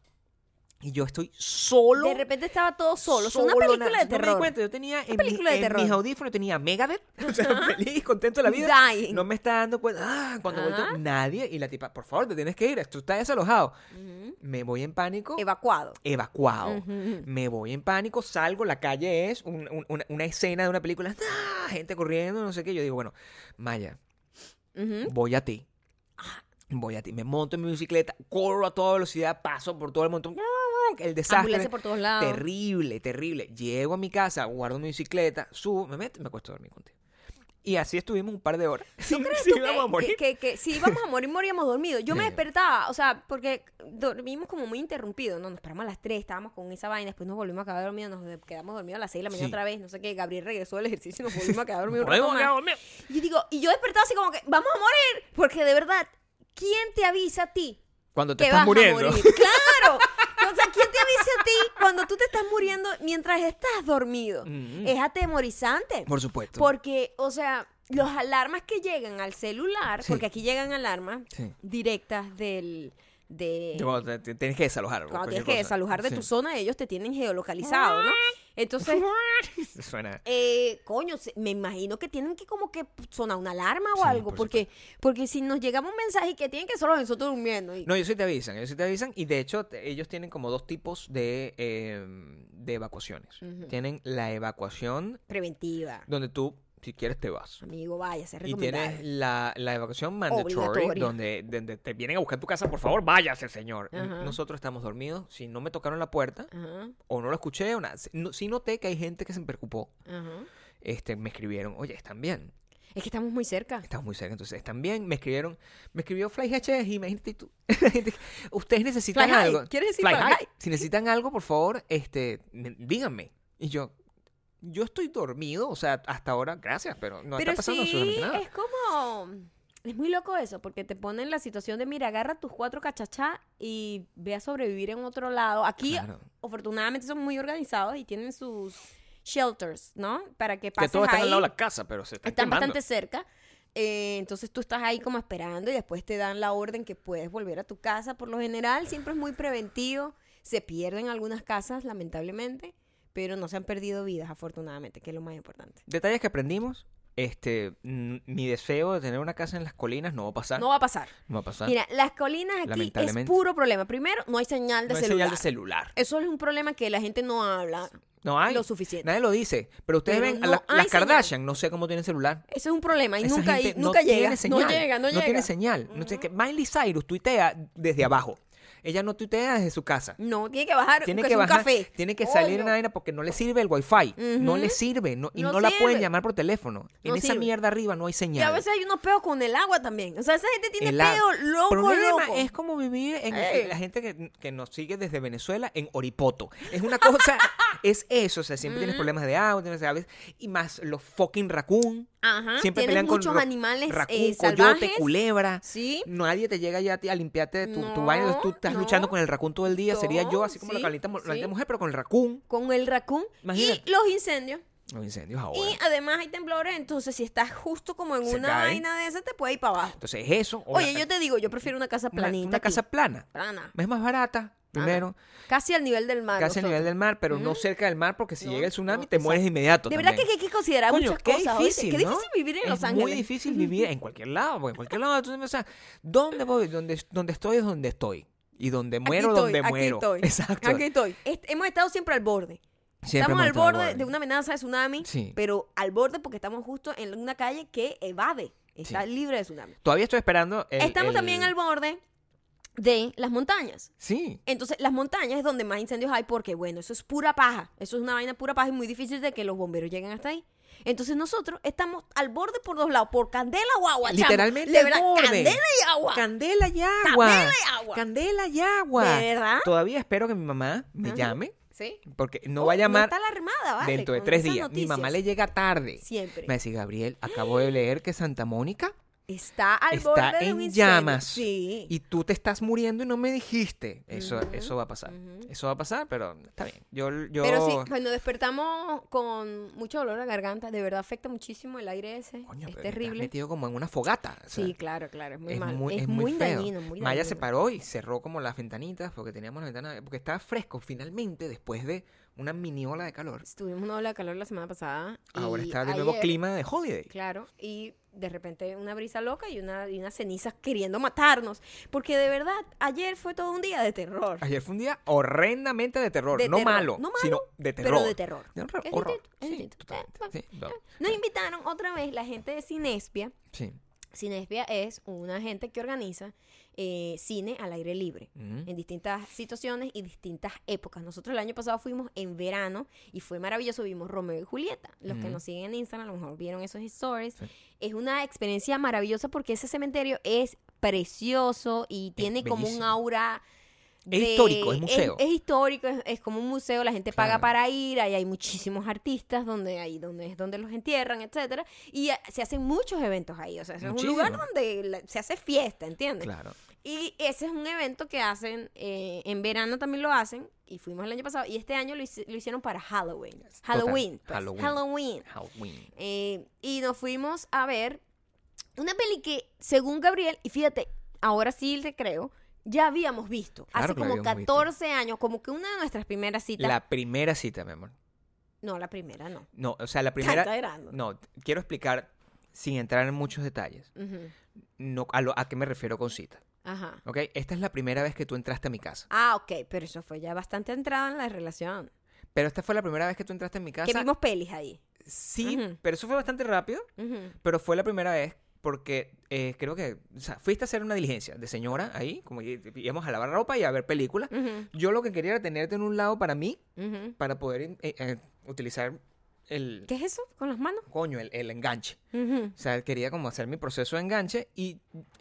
Y yo estoy solo. De repente estaba todo solo. Es una solo, película na- de No me di terror. cuenta, yo tenía en, mi- película de en terror. mis audífonos tenía Megadeth, o sea, feliz, contento de la vida. Dying. No me está dando cuenta. Ah, cuando Ajá. volteo, nadie. Y la tipa, por favor, te tienes que ir, esto está desalojado. Ujú. Me voy en pánico. Evacuado. Evacuado. Ujú. Me voy en pánico, salgo, la calle es un- un- una, una escena de una película, ¡ah! Gente corriendo, no sé qué. Yo digo, bueno, Maya, Ujú. voy a ti. Voy a ti. Me monto en mi bicicleta, corro a toda velocidad, paso por todo el montón. El desastre. Ambulancia por todos lados. Terrible, terrible. Llego a mi casa, guardo mi bicicleta, subo, me meto y me acuesto a dormir contigo. Y así estuvimos un par de horas. Sí, sí, ¿Tú íbamos a que- morir. Que, que, que si íbamos a morir, moríamos dormidos. Yo me Sí. despertaba, o sea, porque dormimos como muy interrumpidos, ¿no? Nos paramos a las tres, estábamos con esa vaina, después nos volvimos a quedar dormidos, nos quedamos dormidos a las seis de la mañana Sí. otra vez, no sé qué, Gabriel regresó del ejercicio y nos volvimos a quedar dormidos un rato Podemos más. quedar dormidos. Y yo digo, y yo despertaba así como que, vamos a morir, porque de verdad, ¿quién te avisa a ti Cuando te que estás vas muriendo. a morir? ¡Claro! O sea, ¿quién te avisa a ti cuando tú te estás muriendo mientras estás dormido? Mm. Es atemorizante. Por supuesto. Porque, o sea, los alarmas que llegan al celular, Sí. porque aquí llegan alarmas Sí. directas del... De, De cuando te- te- tienes que desalojar. o cuando cualquier tienes que cosa. desalojar de Sí. tu zona, ellos te tienen geolocalizado, ¿no? Entonces, Suena. eh, coño, se- me imagino que tienen que como que sonar una alarma o Sí, algo, por porque porque si nos llegamos un mensaje que tienen que solo nosotros durmiendo. Y, No, ellos sí te avisan, ellos sí te avisan y de hecho te- ellos tienen como dos tipos de, eh, de evacuaciones. Ujú. Tienen la evacuación preventiva. donde tú, si quieres, te vas. Amigo, vaya, se Y tienes recomendable. la, la evacuación mandatory, Obligatoria. donde, donde te vienen a buscar tu casa, por favor, váyase, señor. Y Ajá. nosotros estamos dormidos, si no me tocaron la puerta, Ajá, o no lo escuché, o nada. Si- no- sí noté que hay gente que se preocupó. ajá. Este, me escribieron, oye, están bien. Es que estamos muy cerca. Estamos muy cerca, entonces están bien. Me escribieron, me escribió Fly H, imagínate tú. La gente, ustedes necesitan Fly high, algo. ¿quieres decir Fly fly high. high? Si necesitan algo, por favor, este, me- díganme. Y yo, yo estoy dormido, o sea, hasta ahora, gracias, pero no Pero está pasando sí, absolutamente nada. es como... Es muy loco eso, porque te ponen en la situación de, mira, agarra tus cuatro cachachá y ve a sobrevivir en otro lado. Aquí, Claro. afortunadamente, son muy organizados y tienen sus shelters, ¿no? Para que Que pases todos están ahí. al lado de la casa, pero se están, Están quemando. bastante cerca. Eh, entonces tú estás ahí como esperando y después te dan la orden que puedes volver a tu casa. Por lo general siempre es muy preventivo. Se pierden algunas casas, lamentablemente, pero no se han perdido vidas, afortunadamente, que es lo más importante. Detalles que aprendimos. Este, mm, mi deseo de tener una casa en las colinas no va a pasar. No va a pasar. No va a pasar. Mira, las colinas aquí es Lamentablemente. puro problema. Primero, no hay señal de no hay celular. señal de celular. Eso es un problema que la gente no habla No hay. lo suficiente. Nadie lo dice. Pero ustedes Pero ven, a no la- hay las señal. Kardashian, no sé cómo tienen celular. Eso es un problema y Esa nunca, gente y- no nunca tiene llega. señal, No llega, no, llega. tiene señal. No sé qué. Miley Cyrus tuitea desde abajo. Ella no tuitea desde su casa. No, tiene que bajar Tiene aunque que sea un bajar, café. tiene que salir Coño. una vaina porque no le sirve el wifi. No Ujú. le sirve. No, y No no, la pueden sirve. llamar por teléfono. En No esa sirve. mierda arriba no hay Y a señal. veces hay unos peos con el agua también. O sea, esa gente tiene El a- peo loco, problema loco. es como vivir en Ey. la gente que, que nos sigue desde Venezuela en Oripoto. Es una cosa, es eso, o sea, siempre tienes problemas de agua, tienes, ¿sabes? Y más los fucking raccoon. Ajá. Siempre Tienes pelean con muchos ro- animales raccoon, eh, coyote, salvajes. culebra. Sí. Nadie te llega ya a ti a limpiarte tu, tu No, baño, entonces tú estás no. luchando con el raccoon todo el día. Sería yo, No, así como sí, la Carlita, Mo- la sí. Carlita mujer, pero con el raccoon. Con el raccoon. Imagínate. Y los incendios. Los incendios ahora. Y además hay temblores. Entonces, si estás justo como en Se una cae. vaina de esa, te puede ir para abajo. Entonces es eso. o Oye, la- yo te digo, yo prefiero una casa una, planita. una aquí. casa plana. plana. Es más barata, primero. Casi al nivel del mar. Casi a nosotros. nivel del mar, pero no Ujú. cerca del mar, porque si No, llega el tsunami no, te mueres de inmediato. De verdad que también. hay que considerar Coño, muchas qué cosas. ¿oíste? difícil, Qué ¿no? difícil vivir en es Los Ángeles. muy difícil vivir en cualquier lado, porque en cualquier lado, entonces, o sea, ¿dónde voy? Donde, donde estoy es donde estoy. Y donde muero, Aquí donde estoy, muero. Aquí estoy. Exacto. Aquí estoy. Est- hemos estado siempre al borde. Siempre estamos hemos al estado al borde borde. de una amenaza de tsunami, Sí. pero al borde porque estamos justo en una calle que evade, está Sí. libre de tsunami. Todavía estoy esperando el, Estamos el- también al borde de las montañas. Sí. Entonces, las montañas es donde más incendios hay porque, bueno, eso es pura paja. Eso es una vaina pura paja y muy difícil de que los bomberos lleguen hasta ahí. Entonces, nosotros estamos al borde por dos lados, por candela o agua, chamo. Literalmente De al verdad, borde. candela y agua. Candela y agua. Candela y agua. Candela y agua. ¿De verdad? Todavía espero que mi mamá me Ajá. llame. ¿Sí? Porque no Oh, va a llamar No está alarmada, ¿vale? dentro de con tres esas días. Mi noticias. mamá le llega tarde. Siempre. Me va a decir, Gabriel, acabo de leer que Santa Mónica Está al está borde de un en incendio. llamas. Sí. Y tú te estás muriendo y no me dijiste. Eso, Ujú, eso va a pasar. ujú. Eso va a pasar, pero está bien. Yo, yo... Pero sí, cuando despertamos con mucho dolor a garganta, de verdad afecta muchísimo el aire ese. Coño, es pero estás terrible. metido como en una fogata. O sea, Sí, claro, claro, es muy es malo. muy, es, es muy, muy feo. dañino, muy dañino. Maya se paró y cerró como las ventanitas porque teníamos las ventanas, porque estaba fresco finalmente después de una mini ola de calor. Tuvimos una ola de calor la semana pasada. Ahora y está de nuevo ayer, clima de holiday. Claro, y de repente una brisa loca y, una, y unas cenizas queriendo matarnos. Porque de verdad, ayer fue todo un día de terror. Ayer fue un día horrendamente de terror. De no, terror. malo, No malo, sino de terror. Pero de terror. De horror. Es horror. distinto, es Sí, distinto. totalmente. Eh, Sí, no. Nos invitaron otra vez la gente de Cinespia. Sí. Cinespia es una gente que organiza eh, cine al aire libre Ujú. en distintas situaciones y distintas épocas. Nosotros el año pasado fuimos en verano y fue maravilloso. Vimos Romeo y Julieta. Los que Ujú. nos siguen en Instagram a lo mejor vieron esos stories. Sí. Es una experiencia maravillosa porque ese cementerio es precioso y tiene como un bellísimo. aura... Es histórico, es museo. Es, histórico, es, es como un museo, la gente paga Claro. para ir, ahí hay muchísimos artistas donde ahí donde es donde los entierran, etcétera, y eh, se hacen muchos eventos ahí, o sea, eso es un Muchísimo. lugar donde la- se hace fiesta, ¿entiendes? Claro. Y ese es un evento que hacen, eh, en verano también lo hacen, y fuimos el año pasado, y este año lo, hice- lo hicieron para Halloween. Halloween. pues, Halloween. Halloween. Halloween. Eh, y nos fuimos a ver una peli que, según Gabriel, y fíjate, ahora sí te creo, ya habíamos visto. Claro hace que la como habíamos visto. catorce años, como que una de nuestras primeras citas. La primera cita, mi amor. No, la primera no. No, o sea, la Está primera... exagerando. No, quiero explicar, sin entrar en muchos detalles, Ujú. no, a, lo, a qué me refiero con cita. Ajá. ¿Ok? Esta es la primera vez que tú entraste a mi casa. Ah, ok, pero eso fue ya bastante entrada en la relación. Pero esta fue la primera vez que tú entraste en mi casa. Que vimos pelis ahí. Sí, Ujú. pero eso fue bastante rápido. Ujú. Pero fue la primera vez porque eh, creo que... O sea, fuiste a hacer una diligencia de señora ahí, como í- íbamos a lavar ropa y a ver películas. Ujú. Yo lo que quería era tenerte en un lado para mí, Ujú. para poder eh, eh, utilizar el... ¿Qué es eso? ¿Con las manos? Coño, el, el enganche. Ujú. O sea, quería como hacer mi proceso de enganche y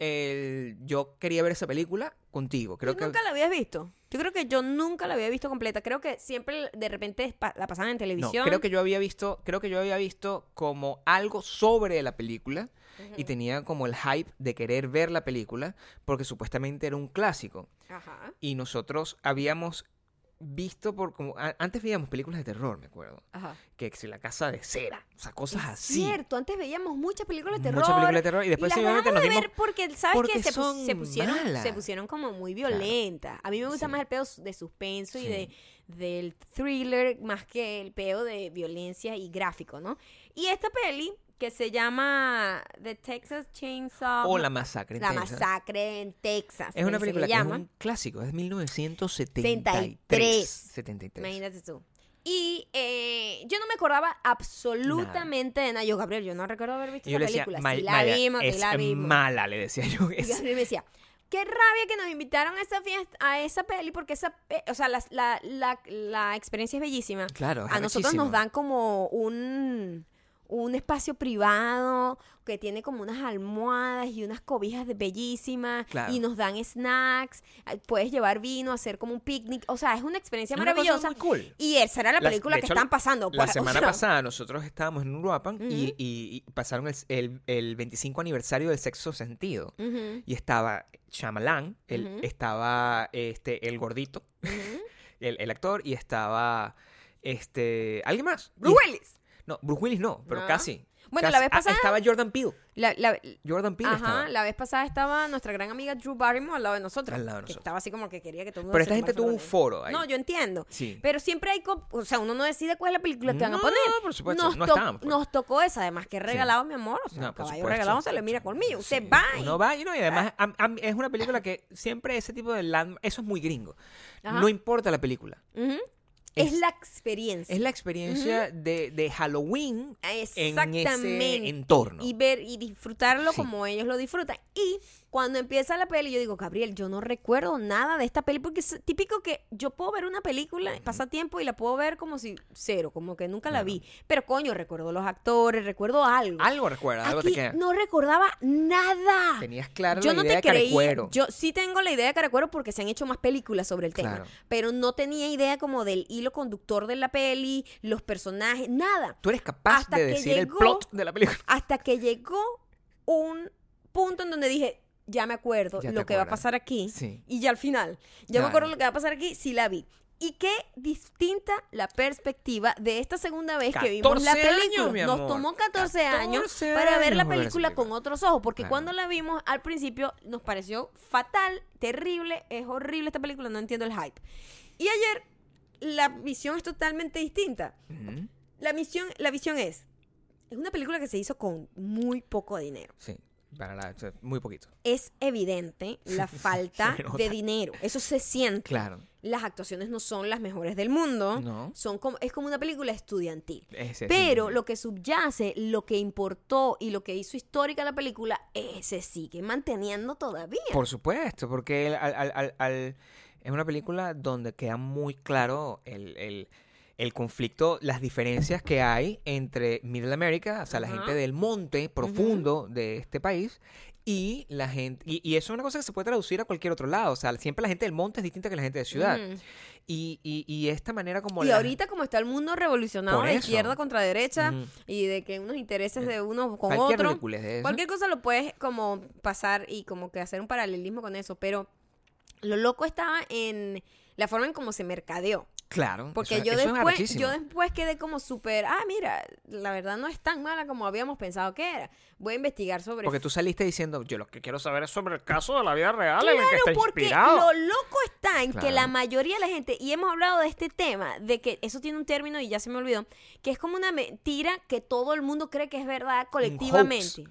el- yo quería ver esa película contigo. Creo ¿Tú que... nunca la habías visto? Yo creo que yo nunca la había visto completa. Creo que siempre de repente pa- la pasaban en No, televisión. creo que yo había visto, creo que yo había visto como algo sobre la película y Ujú. tenía como el hype de querer ver la película porque supuestamente era un clásico. Ajá. Y nosotros habíamos visto por como a- antes veíamos películas de terror, me acuerdo, Ajá. que si la casa de cera, o sea, cosas Es así. cierto, antes veíamos muchas películas de terror. Muchas películas de terror y después las simplemente dejamos nos de dimos ver porque, ¿sabes porque qué? Se, pus- son se pusieron, malas. se pusieron como muy Claro. violentas. A mí me gusta Sí. más el pedo de suspenso y Sí. de del thriller más que el pedo de violencia y gráfico, ¿no? Y esta peli que se llama The Texas Chainsaw o La masacre en La Texas. masacre en Texas. Es una se película le que es llama. un clásico, es de mil novecientos setenta y setenta y tres. tres. setenta y tres. Imagínate tú. Y eh, yo no me acordaba absolutamente de nada. Yo, Gabriel, yo no recuerdo haber visto Y yo esa le decía, película. "Ma- sí la Maya, vimos, sí es la vimos. mala, le decía yo. Y Es- Gabriel me decía, qué rabia que nos invitaron a esa fiesta, a esa peli, porque esa, pe- o sea, la, la, la, la experiencia es bellísima. Claro, es A nosotros arrechísimo. nos dan como un, un espacio privado que tiene como unas almohadas y unas cobijas de bellísimas Claro. y nos dan snacks, eh, puedes llevar vino, hacer como un picnic, o sea, es una experiencia Es una cosa maravillosa. muy cool. Y esa era la Las- película de que hecho, están pasando. La pues, o semana sea, pasada nosotros estábamos en Uruapan y, Ujú. y- y pasaron el, el, el veinticinco aniversario del Sexto Sentido. Ujú, Y estaba Shyamalan, el, Ujú. estaba este, el gordito, ujú. el, el actor, y estaba este alguien más. Bruce Y- Willis. No, Bruce Willis no, pero No. casi. Bueno, Casi. la vez Ah, pasada- estaba Jordan Peele. La, la, Jordan Peele Ajá, estaba. la vez pasada estaba nuestra gran amiga Drew Barrymore al lado de nosotros. Al lado de que nosotros. estaba así como que quería que todo el mundo Pero se esta gente tomara tuvo un foto con ella. foro ahí. No, yo entiendo. Sí. Pero siempre hay... co- O sea, uno no decide cuál es la película que van a No, poner. por supuesto, Nos, no to- estábamos, pues. nos tocó esa, además que regalado, mi amor. O sea, No, un por caballo supuesto. regalado se le mira conmigo. Usted Sí, va y... Uno va y no, y además am- am- es una película que siempre ese tipo de land, eso es muy gringo. Ajá. No importa la película. Ujú. Es, es la experiencia. Es la experiencia uh-huh. de, de Halloween Exactamente. en ese entorno. Y ver y disfrutarlo Sí. como ellos lo disfrutan. Y cuando empieza la peli, yo digo, Gabriel, yo no recuerdo nada de esta peli, porque es típico que yo puedo ver una película, uh-huh. pasa tiempo y la puedo ver como si cero, como que nunca uh-huh. la vi. Pero coño, recuerdo los actores, recuerdo algo. Algo recuerda, algo Aquí te queda. no recordaba nada. Tenías clara yo la no idea te de creí, Carecuero. Yo sí tengo la idea de Carecuero porque se han hecho más películas sobre el tema, Claro. pero no tenía idea como del hilo conductor de la peli, los personajes, nada. Tú eres capaz Hasta de que decir llegó- el plot de la película. Hasta que llegó un punto en donde dije, ya me acuerdo Ya te lo que va a acuerdas. pasar aquí. Sí. Y ya al final, ya Claro. me acuerdo lo que va a pasar aquí, sí la vi. Y qué distinta la perspectiva de esta segunda vez que vimos la catorce película. años, mi Nos amor. tomó catorce años catorce para ver la años ver esa película con película. otros ojos. Porque Claro. cuando la vimos al principio nos pareció fatal, terrible, es horrible esta película, no entiendo el hype. Y ayer la visión es totalmente distinta. Ujú. La misión, la visión es, es una película que se hizo con muy poco dinero. Sí, para la, o sea, muy poquito. Es evidente la falta Se nota. de dinero. Eso se siente. Claro. Las actuaciones no son las mejores del mundo. No. Son como, es como una película estudiantil. Ese, Pero sí. lo que subyace, lo que importó y lo que hizo histórica la película, ese sigue manteniendo todavía. Por supuesto, porque el- al, al- al- al- es una película donde queda muy claro el, el, el conflicto, las diferencias que hay entre Middle America, o sea, la Ajá. gente del monte profundo de este país, y la gente, y, y eso es una cosa que se puede traducir a cualquier otro lado, o sea, siempre la gente del monte es distinta que la gente de ciudad. Ujú. Y, y, y esta manera como Y la- ahorita como está el mundo revolucionado Por de eso. izquierda contra derecha Ujú. y de que unos intereses de uno con cualquier otro, ridiculez de eso. cualquier cosa lo puedes como pasar y como que hacer un paralelismo con eso, pero lo loco estaba en la forma en cómo se mercadeó. Claro, Porque eso- yo eso es después, arrechísimo. yo después quedé como súper, ah, mira, la verdad no es tan mala como habíamos pensado que era. Voy a investigar sobre Porque tú saliste diciendo, yo lo que quiero saber es sobre el caso de la vida real en el que Claro, está porque inspirado. lo loco está en Claro. que la mayoría de la gente, y hemos hablado de este tema, de que eso tiene un término y ya se me olvidó, que es como una mentira que todo el mundo cree que es verdad colectivamente.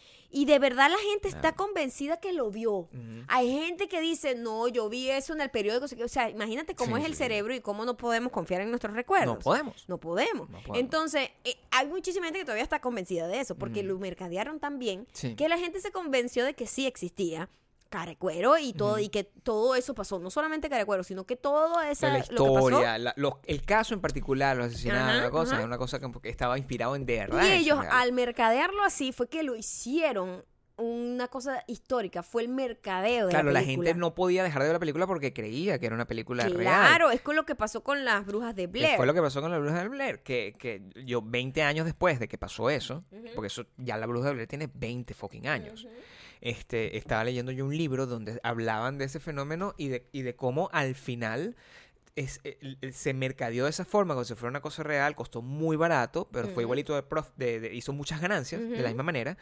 Y de verdad la gente está Claro. convencida que lo vio. Ujú. Hay gente que dice, no, yo vi eso en el periódico. O sea, imagínate cómo Sí, es el sí. cerebro y cómo no podemos confiar en nuestros recuerdos. No podemos. No podemos. No podemos. Entonces, eh, hay muchísima gente que todavía está convencida de eso, porque Ujú. lo mercadearon tan bien Sí. que la gente se convenció de que sí existía Carecuero y todo, Ujú. y que todo eso pasó. No solamente Carecuero, sino que todo esa, la lo que pasó. historia, la- los- el caso en particular, los asesinatos, Ajá, la cosa, ajá. es una cosa que que estaba inspirado en de verdad. Y en ellos, hechos reales. al mercadearlo así, fue que lo hicieron una cosa histórica. Fue el mercadeo de Claro, la la película. gente no podía dejar de ver la película porque creía que era una película real. Claro, es con lo que pasó con las brujas de Que Blair. fue lo que pasó con la Bruja de Blair, que, que yo veinte años después de que pasó eso, porque eso ya la Bruja de Blair tiene veinte fucking años, este, estaba leyendo yo un libro donde hablaban de ese fenómeno y de, y de cómo al final es, el- el- se mercadeó de esa forma, como si fuera una cosa real, costó muy barato, pero fue Ujú. igualito de, prof, de, de- hizo muchas ganancias de Ujú. la misma manera.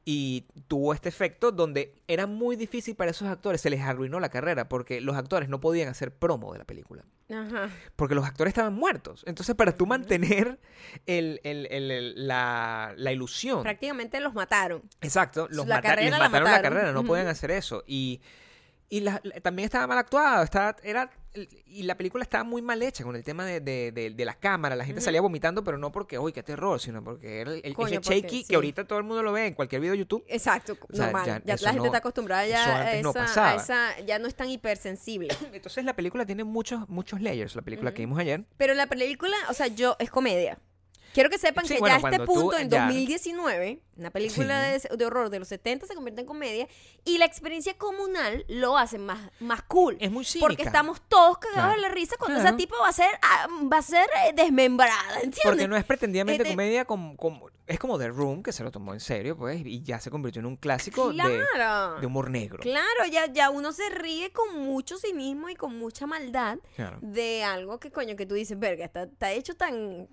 Y tuvo este efecto donde era muy difícil para esos actores, se les arruinó la carrera porque los actores no podían hacer promo de la película. Ajá. Porque los actores estaban muertos. Entonces, para tú mantener el, el- el- el- la, la ilusión. Prácticamente los mataron. Exacto, los La mata- carrera les la mataron la mataron. carrera, no Ujú. podían hacer eso. Y, y la- la- también estaba mal actuado. Estaba, era, y la película estaba muy mal hecha con el tema de, de, de- de las cámaras. La gente Ujú. salía vomitando, pero no porque, uy, qué terror, sino porque era el, el- Coño, ese porque shaky sí. que ahorita todo el mundo lo ve en cualquier video de YouTube. Exacto, O sea, normal. ya Ya, eso la gente no- está acostumbrada eso ya a antes no esa, pasaba. a esa- ya no es tan hipersensible. Entonces la película tiene muchos, muchos layers. La película que Ujú. vimos ayer. Pero la película, o sea, yo, es comedia. Quiero que sepan Sí, que bueno, ya a este cuando tú- punto, en ya- dos mil diecinueve, una película Sí. de, de horror de los setenta se convierte en comedia y la experiencia comunal lo hace más, más cool. Es muy cínica. Porque estamos todos cagados Claro. de la risa cuando Claro. esa tipa va a ser, ah, va a ser eh, desmembrada, ¿entiendes? Porque no es pretendidamente Este- comedia como, como- es como The Room, que se lo tomó en serio, pues, y ya se convirtió en un clásico de, Claro. de humor negro. Claro, ya, ya uno se ríe con mucho cinismo y con mucha maldad Claro. de algo que coño que tú dices, verga, está, está hecho tan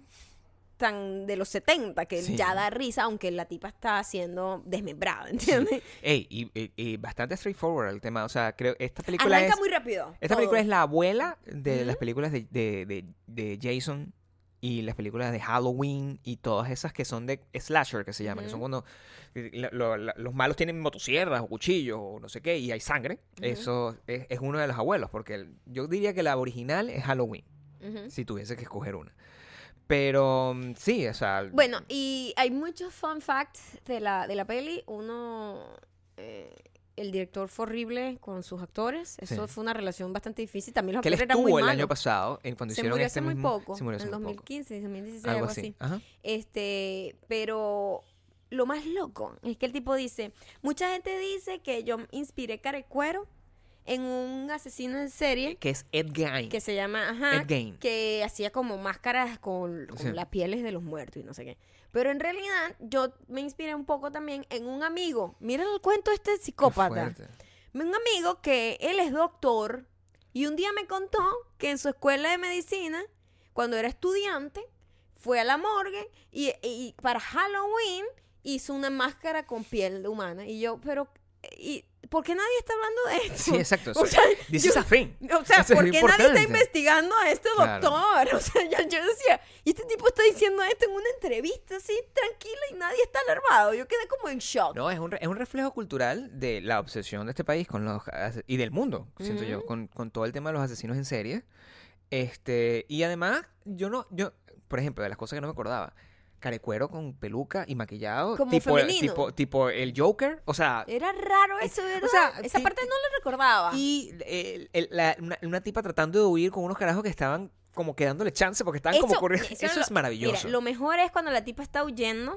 tan de los setenta que Sí. ya da risa, aunque la tipa está siendo desmembrada, ¿entiendes? Ey, y, y- y bastante straightforward el tema. O sea, creo esta película Arranca es. muy rápido. Esta todo. película es la abuela de Ujú. las películas de, de, de, de Jason y las películas de Halloween y todas esas que son de slasher, que se llaman, que son Ujú. cuando eh, la- lo- la- los malos tienen motosierras o cuchillos o no sé qué y hay sangre. Ujú. Eso es, es uno de los abuelos, porque el- yo diría que la original es Halloween. Ujú. si tuviese que escoger una. Pero mm, sí, o sea, Bueno, y hay muchos fun facts de la, de la peli. Uno, eh, el director fue horrible con sus actores. Eso Sí. fue una relación bastante difícil. También los que él actores eran muy estuvo el malos. año pasado en cuando Se hicieron murió este hace muy mismo, poco, se murió hace en muy dos mil poco. quince, dos mil dieciséis, Algo algo así. así. Ajá. Este, pero lo más loco es que el tipo dice, mucha gente dice que yo inspiré Carecuero en un asesino en serie Que es Ed Gein. que se llama, ajá, Ed Gein. que hacía como máscaras con, con Sí. las pieles de los muertos y no sé qué. Pero en realidad yo me inspiré un poco también en un amigo. Mira el cuento este Qué psicópata. fuerte. Un amigo que él es doctor y un día me contó que en su escuela de medicina, cuando era estudiante, fue a la morgue y, y para Halloween hizo una máscara con piel humana. Y yo, pero, ¿y por qué nadie está hablando de esto? Sí, exacto. O sea, This is yo- a thing. O sea, Eso es ¿por qué nadie importante. está investigando a este Claro. doctor? O sea, yo, yo decía, y este tipo está diciendo esto en una entrevista así, tranquila, y nadie está alarmado. Yo quedé como en shock. No, es un, re- es un reflejo cultural de la obsesión de este país con los ase- y del mundo, siento yo, Ujú. con, con todo el tema de los asesinos en serie. Este, y además, yo no, yo, por ejemplo, de las cosas que no me acordaba, Carecuero con peluca y maquillado, Como tipo, femenino. tipo, tipo el Joker, o sea, Era raro eso, ¿verdad? sea, Esa ti- parte no lo recordaba. y el- el- la- una, una tipa tratando de huir con unos carajos que estaban como quedándole chance porque estaban como corriendo. Eso, era es lo- maravilloso. Mira, lo mejor es cuando la tipa está huyendo.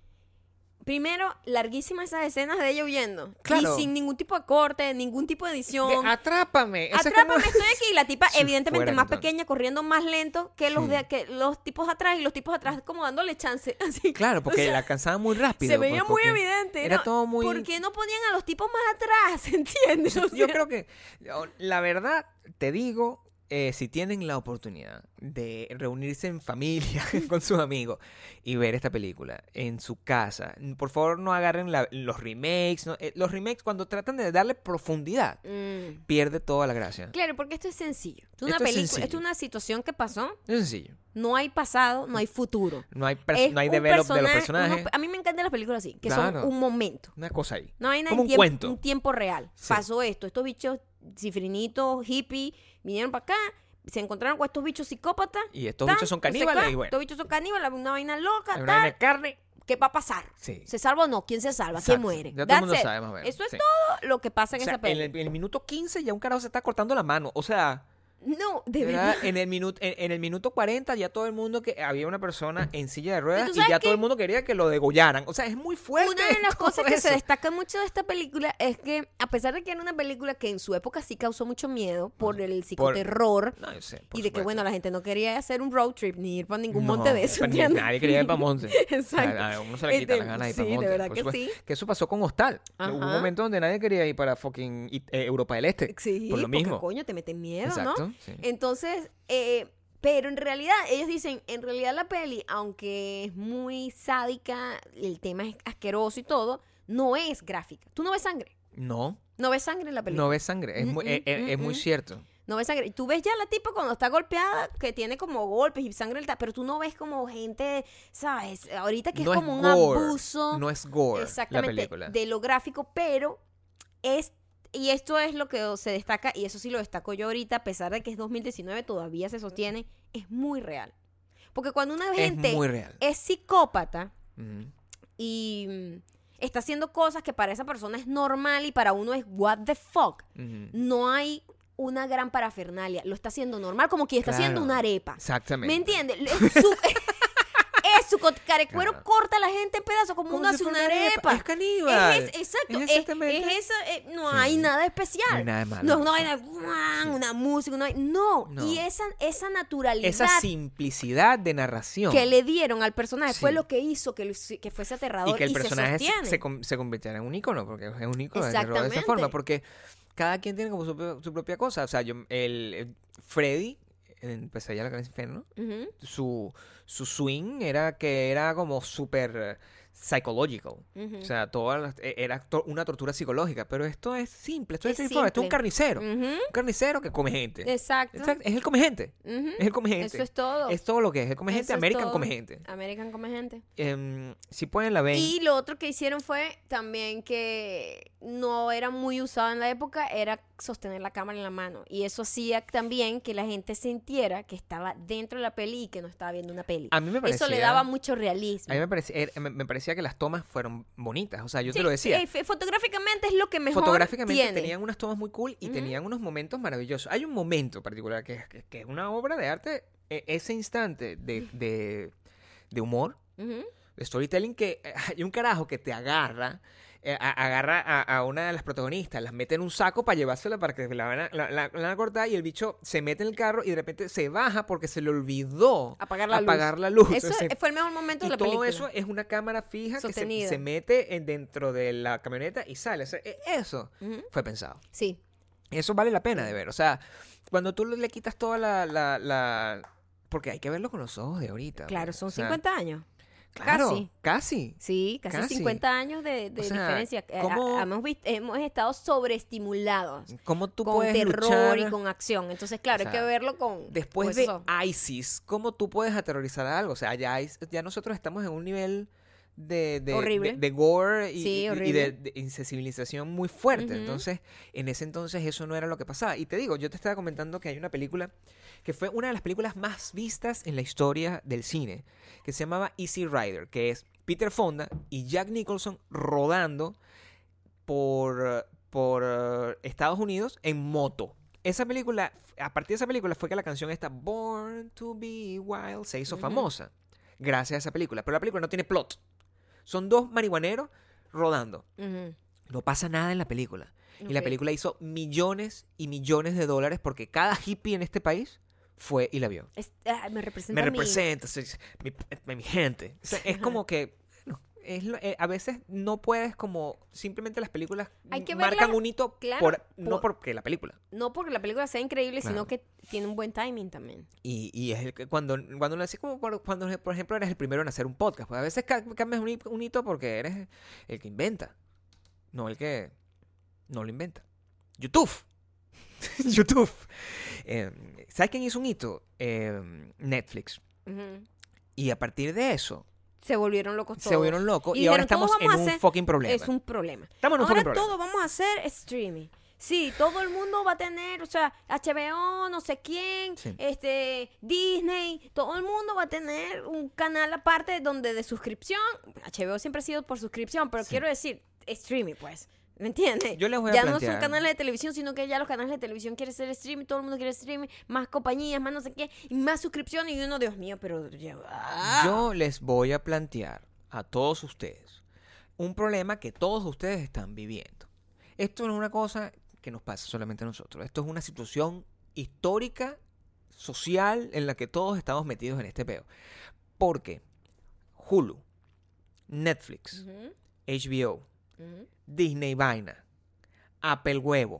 Primero, larguísimas esas escenas de ella huyendo. Claro. Y sin ningún tipo de corte, ningún tipo de De, edición. atrápame. Ese es Atrápame, como- estoy aquí. Y la tipa, Si evidentemente, fuera, más entonces. pequeña, corriendo más lento que los Sí. de que los tipos atrás. Y los tipos atrás como dándole chance. Así. Claro, porque O sea, la alcanzaba muy rápido. se veía pues, muy porque evidente. Era ¿no? todo muy... ¿Por qué no ponían a los tipos más atrás? ¿Entiendes? O Yo sea, creo que, la verdad, te digo, eh, si tienen la oportunidad de reunirse en familia con sus amigos y ver esta película en su casa, por favor no agarren la- los remakes. ¿no? Eh, los remakes, cuando tratan de darle profundidad, mm. pierde toda la gracia. Claro, porque esto es sencillo. Esto es una Esto es película, sencillo. esto es una situación que pasó. Es sencillo. No hay pasado, no hay futuro. No hay, pers- Es no hay un develop de los personaje- personajes. unos- a mí me encantan las películas así, que Claro. son un momento. Una cosa ahí. No hay nada Como en un tiempo, cuento. un tiempo real. Sí. Pasó esto. Estos bichos cifrinitos, hippies, vinieron para acá, se encontraron con estos bichos psicópatas. Y estos tan, bichos son no sé caníbales qué, y bueno. Estos bichos son caníbales, una vaina loca, Hay una tal. vaina de carne. ¿Qué va a pasar? Sí. ¿Se salva o no? ¿Quién se salva? Exacto. ¿Quién muere? Ya todo el That's mundo it. sabe más o menos. Eso es Sí. todo lo que pasa en O sea, esa en película. el, en el minuto quince ya un carajo se está cortando la mano. O sea, No, de de verdad. verdad, en el minuto en, en el minuto cuarenta ya todo el mundo que había una persona en silla de ruedas ¿Y tú y sabes ya qué? todo el mundo quería que lo degollaran. O sea, es muy fuerte. Una de las todo cosas que se eso. destaca mucho de esta película es que, a pesar de que era una película que en su época sí causó mucho miedo por el psicoterror No, yo sé, por y de que, supuesto. bueno, la gente no quería hacer un road trip ni ir para ningún No, monte de eso, pa- ni- ¿entiendes? Nadie quería ir para monte. Exacto. A uno se le quita Este, la gana de ir sí, para de monte. verdad por que supuesto. sí. Que eso pasó con Hostal. Ajá. Hubo un momento donde nadie quería ir para fucking eh, Europa del Este. Sí, por lo porque, mismo. coño, te meten miedo, Exacto. ¿no? Sí. Entonces, eh, pero en realidad, ellos dicen, en realidad la peli, aunque es muy sádica, el tema es asqueroso y todo, no es gráfica. Tú no ves sangre. No, No ves sangre en la película. no ves sangre. Es, Mm, muy, mm, es, es- mm, es muy mm. cierto. No ves sangre. Y tú ves ya la tipa cuando está golpeada, que tiene como golpes y sangre, en el ta- pero tú no ves como gente, ¿sabes? Ahorita que no es como un gore, abuso. No es gore la Exactamente, película. de lo gráfico, pero es, y esto es lo que se destaca, y eso sí lo destaco yo ahorita, a pesar de que es dos mil diecinueve, todavía se sostiene, es muy real. Porque cuando una gente es muy real. es psicópata Ujú. y mm, está haciendo cosas que para esa persona es normal y para uno es what the fuck, Ujú. no hay una gran parafernalia, lo está haciendo normal, como quien está Claro. haciendo una arepa. Exactamente. ¿Me entiendes? Es su, es su co- carecuero Claro. corta a la gente en pedazos como, Como uno si hace fuera una una arepa. arepa. Es caníbal. Es, exacto, Es es, exactamente. es esa, eh, no Sí. hay nada especial. No hay nada de malo. No es una vaina, ¡guau! Una música, una vaina- no. No. Y esa, esa naturalidad Esa simplicidad de narración. que le dieron al personaje fue Sí. lo que hizo que, lo- que fuese aterrador y que el se personaje se, sostiene. se, con- se convirtiera en un ícono, porque es un ícono de terror de esa Exactamente. forma, porque cada quien tiene como su, pro- su propia cosa. O sea, yo, el, el Freddy, en Pesadilla en la Calle Infierno, Ujú. su, su swing era que era como súper eh, psychological. Ujú. O sea, toda la- e- era to- una tortura psicológica. Pero esto es simple, esto es, Es straightforward, esto es un simple. carnicero. Ujú. Un carnicero que come gente. Exacto. Exacto, es el come gente. Ujú. Es el come gente. Eso es todo. Es todo lo que es. El come gente, Eso es American todo. come gente. American come gente. Em, si pueden la ven. Y lo otro que hicieron fue también que no era muy usado en la época, era sostener la cámara en la mano. Y eso hacía también que la gente sintiera que estaba dentro de la peli y que no estaba viendo una peli. A mí me parecía... Eso le daba mucho realismo. A mí me parecía, er- me, me parecía que las tomas fueron bonitas. O sea, yo Sí, te lo decía. eh, f- fotográficamente es lo que mejor Fotográficamente tiene. tenían unas tomas muy cool y Ujú. tenían unos momentos maravillosos. Hay un momento particular que es, que, que es una obra de arte, e- ese instante de, de, de humor, Ujú. de storytelling, que eh, hay un carajo que te agarra, eh, a- agarra a, a una de las protagonistas, las mete en un saco para llevársela para que la van a, la, la- la van a cortar, y el bicho se mete en el carro y de repente se baja porque se le olvidó Apagar la apagar luz. la luz. Eso Entonces, fue el mejor momento y de la todo película. eso es una cámara fija que se, Sostenida. se mete en- dentro de la camioneta y sale. O sea, e- eso Ujú. fue pensado. Sí. Eso vale la pena de ver. O sea, cuando tú le quitas toda la... la, la- porque hay que verlo con los ojos de ahorita. Claro, pues. son O sea, cincuenta años. Claro, casi. casi. Sí, casi, Casi. cincuenta años de, de O sea, diferencia. Eh, ¿cómo- a- hemos, vist- hemos estado sobreestimulados ¿Cómo tú con puedes terror luchar y con acción. Entonces, claro, O hay sea, que verlo con... después con de esos ojos. ISIS? ¿Cómo tú puedes aterrorizar a algo? O sea, ya, hay- ya nosotros estamos en un nivel de, de, Horrible. de, de gore y, Sí, y- y horrible. de, de insensibilización muy fuerte. Ujú. Entonces, en ese entonces eso no era lo que pasaba. Y te digo, yo te estaba comentando que hay una película que fue una de las películas más vistas en la historia del cine, que se llamaba Easy Rider, que es Peter Fonda y Jack Nicholson rodando por, por eh, Estados Unidos en moto. Esa película, a partir de esa película fue que la canción esta Born to be Wild se hizo Ujú. famosa gracias a esa película. Pero la película no tiene plot. Son dos marihuaneros rodando. Ujú. No pasa nada en la película. Y la Ok. película hizo millones y millones de dólares porque cada hippie en este país fue y la vio. Es- ah, me representa Me a mí. representa, soy- mi, mi gente. O sea, es como que bueno, es lo- eh, a veces no puedes como simplemente las películas Hay que marcan verlas, un hito claro, por, no por- porque la película. No porque la película sea increíble, Claro. sino que tiene un buen timing también. Y, y es el que cuando cuando nací como por- cuando por ejemplo eres el primero en hacer un podcast, pues a veces ca- cambias un, hi- un hito porque eres el que inventa, no el que no lo inventa. YouTube. YouTube. Eh, ¿Sabes quién hizo un hito? Eh, Netflix. Ujú. Y a partir de eso Se volvieron locos todos. se volvieron locos Y y, ahora dijeron, estamos "Todos en vamos a un hacer- fucking problema. Es un problema. Estamos en un Ahora fucking problema. todo vamos a hacer streaming. Sí, todo el mundo va a tener, o sea, H B O, no sé quién, Sí. este, Disney, todo el mundo va a tener un canal aparte donde de suscripción. H B O siempre ha sido por suscripción, pero Sí. quiero decir, streaming, pues. ¿Me entiendes? Yo les voy a ya no plantear- son canales de televisión, sino que ya los canales de televisión quieren ser streaming, todo el mundo quiere streaming, más compañías, más no sé qué, y más suscripción, y uno, Dios mío, pero ya va. Yo les voy a plantear a todos ustedes un problema que todos ustedes están viviendo. Esto no es una cosa que nos pasa solamente a nosotros. Esto es una situación histórica, social, en la que todos estamos metidos en este peo. Porque Hulu, Netflix, Ujú, H B O, ujú. Disney Vaina, Apple Huevo.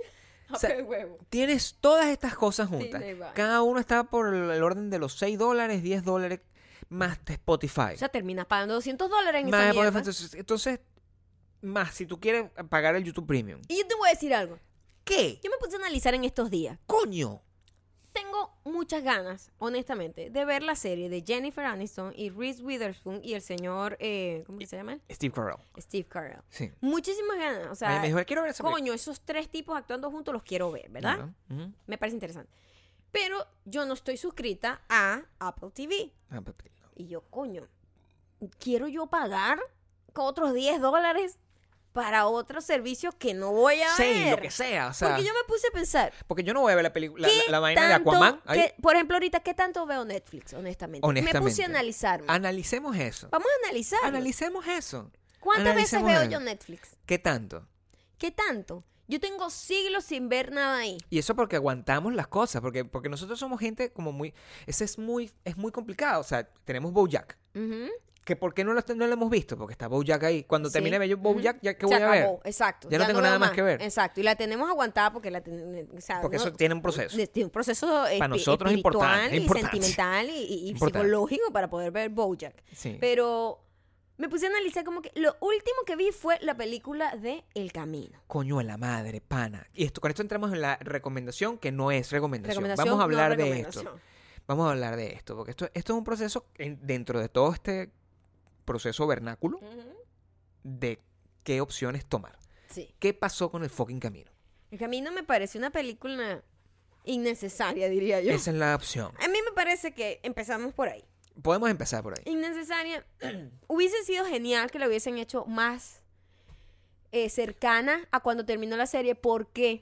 O sea, Apple huevo. Tienes todas estas cosas juntas. Disney Vaina. Cada uno está por el el orden de los seis dólares, diez dólares, más de Spotify. O sea, terminas pagando doscientos dólares en Más esa de mierda. Spotify. Entonces, entonces, más si tú quieres pagar el YouTube Premium. Y yo te voy a decir algo. ¿Qué? Yo me puse a analizar en estos días. ¡Coño! Tengo muchas ganas, honestamente, de ver la serie de Jennifer Aniston y Reese Witherspoon y el señor, eh, ¿cómo que se llama? él? Steve Carell. Steve Carell. Sí. Muchísimas ganas. O sea, me dijo, quiero ver esa película. coño, esos tres tipos actuando juntos los quiero ver, ¿verdad? Claro. Ujú. Me parece interesante. Pero yo no estoy suscrita a Apple T V. Ah, pues, Y yo, coño, ¿quiero yo pagar con otros diez dólares para otros servicios que no voy a Sí, ver? lo que sea. O sea, Porque yo me puse a pensar, porque yo no voy a ver la película, ¿qué la, la vaina de tanto- Aquaman. ahí. qué- por ejemplo, ahorita, ¿qué tanto veo Netflix, honestamente? Me Honestamente. puse a analizarme. Analicemos eso. Vamos a analizar. Analicemos eso. ¿Cuántas veces analicemos veo eso. yo Netflix? ¿Qué tanto? ¿Qué tanto? Yo tengo siglos sin ver nada ahí. Y eso porque aguantamos las cosas, porque, porque nosotros somos gente como muy... Ese es muy, es muy complicado. O sea, tenemos BoJack. Ujú. ¿Que ¿Por qué no lo, no lo hemos visto? Porque está BoJack ahí. Cuando Sí. termine de ver yo BoJack, Ujú. ¿ya qué Se voy a ver? acabó, exacto. Ya no tengo nada veo más que ver. Exacto. Y la tenemos aguantada porque la ten- o sea, Porque uno- eso tiene un proceso. de- Tiene un proceso espi- Para nosotros es espiritual importante, es y importante. sentimental y, y- y Importante. psicológico para poder ver BoJack. Sí. Pero me puse a analizar como que lo último que vi fue la película de El Camino. Coño de la madre, pana. Y esto, con esto entramos en la recomendación que no es recomendación. Recomendación, Vamos a hablar no de recomendación. esto. Vamos a hablar de esto. Porque esto, esto es un proceso en- dentro de todo este proceso vernáculo Ujú. de qué opciones tomar. Sí. ¿Qué pasó con el fucking camino? Es que a mí no me parece una película innecesaria, diría yo. Esa es la opción. A mí me parece que empezamos por ahí. Podemos empezar por ahí. Innecesaria. Hubiese sido genial que lo hubiesen hecho más eh, cercana a cuando terminó la serie, porque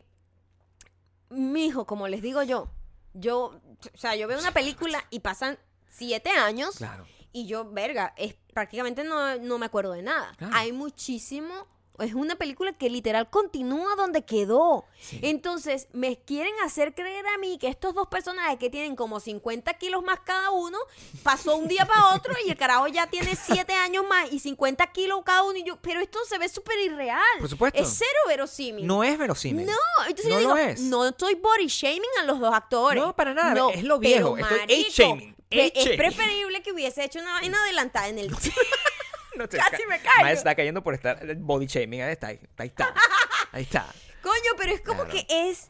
mijo, como les digo yo, yo, o sea, yo veo una película y pasan siete años Claro. y yo, verga, es, prácticamente no, no me acuerdo de nada. Claro. Hay muchísimo. Es una película que literal continúa donde quedó. Sí. Entonces, me quieren hacer creer a mí que estos dos personajes que tienen como cincuenta kilos más cada uno, pasó un día para otro y el carajo ya tiene siete años más y cincuenta kilos cada uno. Y yo, pero esto se ve súper irreal. Por supuesto. Es cero verosímil. No es verosímil. No, entonces No yo lo digo, es. no estoy body shaming a los dos actores. No, para nada, No, es lo viejo, pero, estoy marico, age-shaming, pre- Es age-shaming. preferible que hubiese hecho una vaina adelantada en el... No te Casi ca- me callo. Mae está cayendo por estar body shaming. Ahí está, ahí está. Ahí está. Coño, pero es como Claro. que es...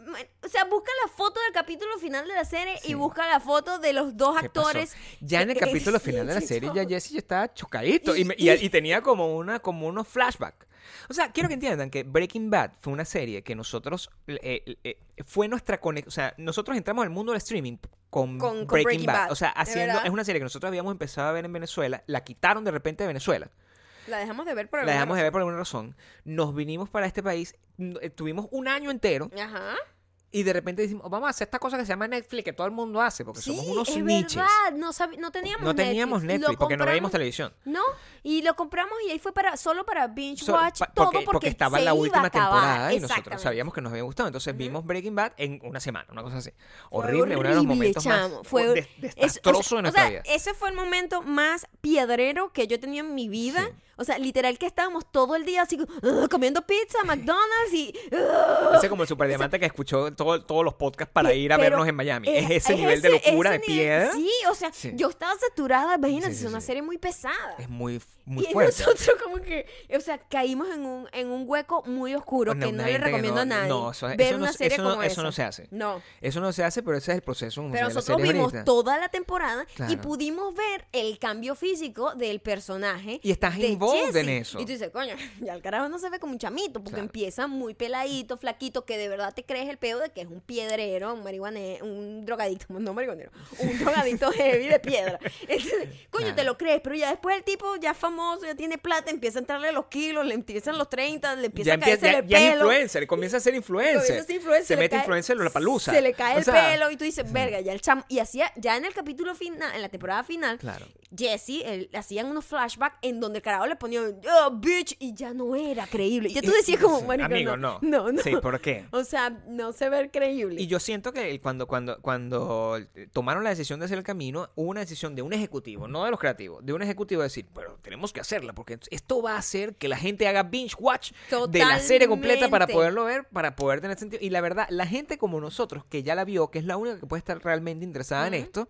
O sea, busca la foto del capítulo final de la serie Sí. y busca la foto de los dos ¿Qué pasó? actores. Ya en el que- capítulo final de la Sí, serie, yo- ya Jesse ya estaba chocadito. Y, Y- me- y- y- y tenía como, una, como unos flashbacks. O sea, quiero que entiendan que Breaking Bad fue una serie que nosotros... eh, eh, fue nuestra conexión... O sea, nosotros entramos al mundo del streaming con, Con- con Breaking, Breaking Bad. Bad, O sea, ¿de haciendo... verdad? Es una serie que nosotros habíamos empezado a ver en Venezuela. La quitaron de repente de Venezuela. La dejamos de ver por La alguna dejamos de razón. ver por alguna razón. Nos vinimos para este país. n- eh, Tuvimos un año entero. Ajá. Y de repente decimos, vamos a hacer esta cosa que se llama Netflix, que todo el mundo hace, porque Sí, somos unos es niches. verdad. No, sab- no teníamos No teníamos Lo Netflix, porque no compramos- veíamos televisión. No, y lo compramos y ahí fue para solo para binge So- watch pa- todo porque, porque, porque estaba se la iba a última acabar. temporada y nosotros Exactamente. sabíamos que nos había gustado. Entonces Ujú. vimos Breaking Bad en una semana, una cosa así. Fue Horrible, uno de los horrible, momentos chamo. más Fue des- es- desastrosos o de sea, nuestra o sea, vida. ese fue el momento más piedrero que yo he tenido en mi vida. Sí. O sea, literal que estábamos todo el día así uh, comiendo pizza, McDonald's y uh, Ese es como el superdiamante que escuchó todo- todos los podcasts para ir a pero vernos en Miami. Es, es- ese es nivel de ese- locura, de ese nivel- piedra. Sí, o sea, Sí. yo estaba saturada, imagínate, Sí, sí, es una sí. serie muy pesada. Es muy, muy y fuerte. nosotros como que, o sea, caímos en un, en un hueco muy oscuro No, que no una le gente que recomiendo no- a nadie no, eso- ver eso no- una serie eso no- como eso esa. no se hace. No. Eso no se hace, pero ese es el proceso. como Pero se ve la nosotros serie vimos ahorita. toda la temporada y Claro. pudimos ver el cambio físico del personaje. Y estás de involved Jesse. en eso. Y tú dices, coño, ya el carajo no se ve como un chamito, porque Claro. empieza muy peladito, flaquito, que de verdad te crees el pedo de que es un piedrero, un marihuanero, un drogadicto, no marihuanero, un drogadicto heavy de piedra. Entonces, coño, Claro. te lo crees, pero ya después el tipo ya famoso, ya tiene plata, empieza a entrarle los kilos, le empiezan los treinta, le empieza Ya, a caerse empieza, ya, el ya es pelo. influencer, comienza a ser influencer. Comienza a ser influencer, se le mete cae- influencer en la palusa. Se le cae O el sea, pelo y tú dices, verga, ya el chamo. Y hacía, ya en el capítulo final, en la temporada final, Claro. Jesse, él- hacían unos flashbacks en donde el carajo le ponía, oh, bitch, y ya no era creíble. Ya tú decías como, marico, Amigo, no. no. No, no. Sí, ¿por qué? O sea, no se ve creíble. Y yo siento que cuando, cuando, cuando tomaron la decisión de hacer el camino, hubo una decisión de un ejecutivo, no de los creativos, de un ejecutivo de decir, pero tenemos que hacerla, porque esto va a hacer que la gente haga binge watch de la serie completa para Totalmente. poderlo ver, para poder tener sentido. Y la verdad, la gente como nosotros, que ya la vio, que es la única que puede estar realmente interesada en Ujú. esto,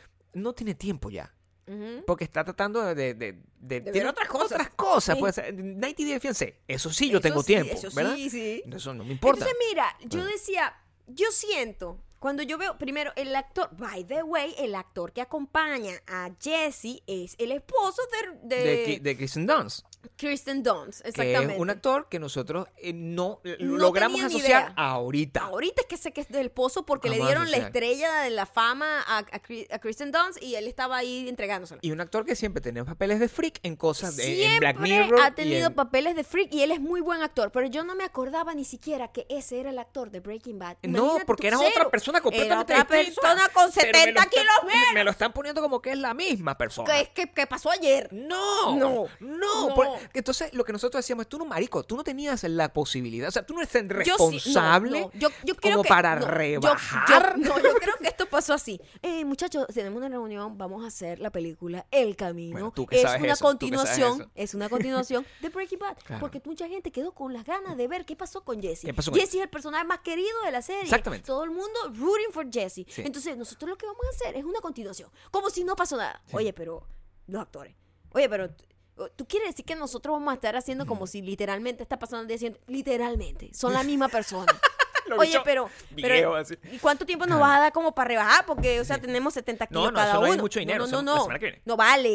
no tiene tiempo ya. Ujú. Porque está tratando de... de, de, de- ver tiene otras cosas. Otras cosas. Sí. Pues, noventa Días de Fiancé. Eso sí, yo Eso tengo sí, tiempo, eso ¿verdad? sí, sí. Eso no me importa. Entonces, mira, yo Ah. decía, yo siento, cuando yo veo, primero, el actor, by the way, el actor que acompaña a Jesse es el esposo de, de, de, Ki- de Kirsten Dunst, Kristen Dunst, que exactamente. es un actor que nosotros eh, no, eh, No logramos tenía ni asociar idea. ahorita. Ahorita es que sé que es del esposo porque le Vamos a dieron la asociar. estrella de la fama a, a, Cri- a Kristen Dunst y él estaba ahí entregándosela. Y un actor que siempre tenía papeles de freak en cosas de en Siempre Black Mirror. ha y tenido en- papeles de freak y él es muy buen actor, pero yo no me acordaba ni siquiera que ese era el actor de Breaking Bad. No, Imagínate porque tú, era cero. otra persona completamente Era otra distinta. persona con Pero me lo setenta están- kilos menos. Me lo están poniendo como que es la misma persona. ¿Qué, qué, qué pasó ayer? No, No, no, no. por- entonces lo que nosotros decíamos es, tú no, marico, tú no tenías la posibilidad, o sea, tú no eres tan Yo sí- responsable no, no, yo, yo creo como que- para no, yo- rebajar. yo- no, yo creo que esto pasó así. Eh, muchachos, tenemos una reunión, vamos a hacer la película El Camino. Bueno, tú que es sabes una eso, tú que sabes continuación, eso. es una continuación de Breaking Bad. Claro. Porque mucha gente quedó con las ganas de ver qué pasó con Jesse. ¿Qué pasó con Jesse es el personaje más querido de la serie. Exactamente. Todo el mundo rooting for Jesse. Sí. Entonces, nosotros lo que vamos a hacer es una continuación. Como si no pasó nada. Sí. Oye, pero los actores. Oye, pero ¿tú quieres decir que nosotros vamos a estar haciendo como si literalmente está pasando el día siguiente? Literalmente, son la misma persona. Lo Oye, bicho pero, pero viejo, así. ¿y cuánto tiempo nos vas a dar como para rebajar? Porque, o sea, tenemos setenta No, kilos no, cada eso no uno. es mucho dinero, No, no, eso- no, la no. semana que viene. No vale.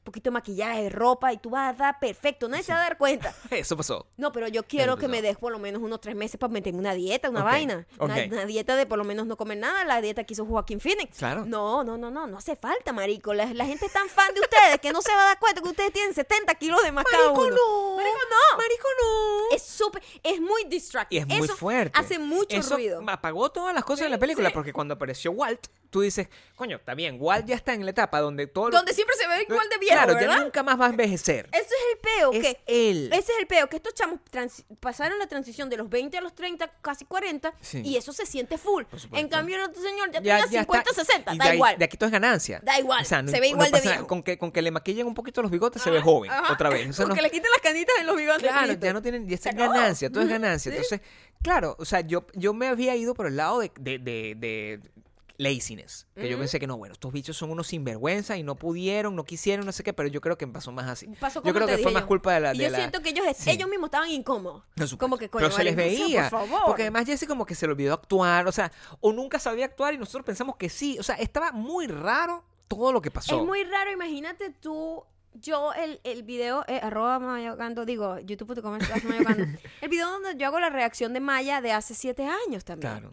poquito de maquillaje, de ropa, y tú vas a dar perfecto, nadie se va a dar cuenta. Eso pasó. No, pero yo quiero Eso que me pasó. des por lo menos unos tres meses para meterme una dieta, una Ok, vaina. Una, ok. una dieta de por lo menos no comer nada, la dieta que hizo Joaquín Phoenix. Claro. No, no, no, no, no hace falta, marico. La, la gente es tan fan de ustedes que no se va a dar cuenta que ustedes tienen setenta kilos de más cada Marico, uno. no. Marico, no. Marico, no. Es súper, es muy distracting. Y es muy Eso fuerte. hace mucho Eso ruido. apagó todas las cosas Sí, en la película, sí. porque cuando apareció Walt, tú dices, coño, está bien, Walt ya está en la etapa donde todo... Donde siempre se ve igual de viejo, Claro, ¿verdad? ya nunca más va a envejecer. Ese es el peo, Es que él. ese es el peo, que estos chamos trans- pasaron la transición de los veinte a los treinta, casi cuarenta, Sí. y eso se siente full. Por supuesto. En cambio, el otro señor ya, Ya- tenía ya cincuenta, está. sesenta, Y da de ahí- igual. De aquí todo es ganancia. Da igual, O sea, no- se ve no igual de pasa nada. viejo. Con que, con que le maquillen un poquito los bigotes se ve joven, Ajá. otra vez. Eso Con no- que le quiten las canitas en los bigotes. Claro, listo. ya no tienen, ya es Se acabó. ganancia, todo es ganancia. Sí. Entonces, claro, o sea, yo, yo me había ido por el lado de, de, de, de laziness. Que yo Ujú. pensé que no, bueno, estos bichos son unos sinvergüenza y no pudieron, no quisieron, no sé qué, pero yo creo que pasó más así. Pasó Yo como creo te que dije fue más yo. culpa de la... Y de yo la- siento que ellos, Sí. ellos mismos estaban incómodos. Por supuesto. Como que, coño, pero se les marico, o sea, veía. por favor. Porque además Jesse como que se le olvidó actuar, o sea, o nunca sabía actuar y nosotros pensamos que sí. O sea, estaba muy raro todo lo que pasó. Es muy raro, imagínate tú, yo el, el video, eh, arroba mayocando, digo, youtube punto com slash mayocando, el video donde yo hago la reacción de Maya de hace siete años también. Claro.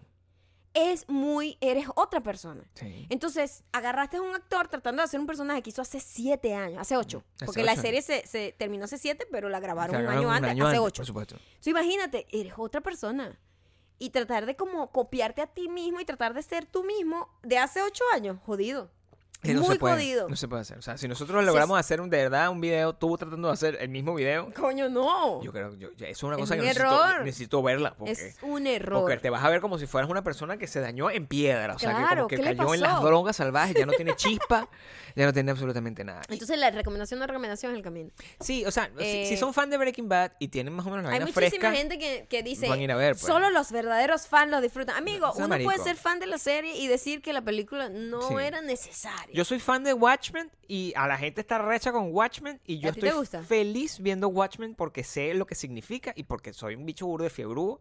Es muy, eres otra persona. Sí. Entonces, agarraste a un actor tratando de hacer un personaje que hizo hace siete años, hace ocho. Hace Porque la ocho serie se, se terminó hace siete, pero la grabaron un Claro, año antes, hace ocho. Por supuesto. Entonces, imagínate, eres otra persona. Y tratar de como copiarte a ti mismo y tratar de ser tú mismo de hace ocho años, jodido. Que no Muy se puede, jodido. No se puede hacer. O sea, si nosotros logramos hacer un, de verdad un video, tú tratando de hacer el mismo video, Coño, no. yo creo que yo, ya, eso es una Es cosa un que necesito, error. necesito verla. Porque, Es un error. porque te vas a ver como si fueras una persona que se dañó en piedra. O sea, que Claro, como que ¿qué le cayó en pasó? las drogas salvajes, ya no tiene chispa, ya no tiene absolutamente nada. Y- Entonces, la recomendación de recomendación es el camino. sí, o sea, si- Eh, si son fan de Breaking Bad y tienen más o menos la Hay vaina muchísima fresca, gente que, que dice, van a ir a ver, pues. solo los verdaderos fans lo disfrutan. Amigo, No, sea uno marico. puede ser fan de la serie y decir que la película no Sí. era necesaria. yo soy fan de Watchmen y a la gente está recha con Watchmen y yo ¿A ti te estoy gusta? feliz viendo Watchmen porque sé lo que significa y porque soy un bicho burdo de fiebrudo,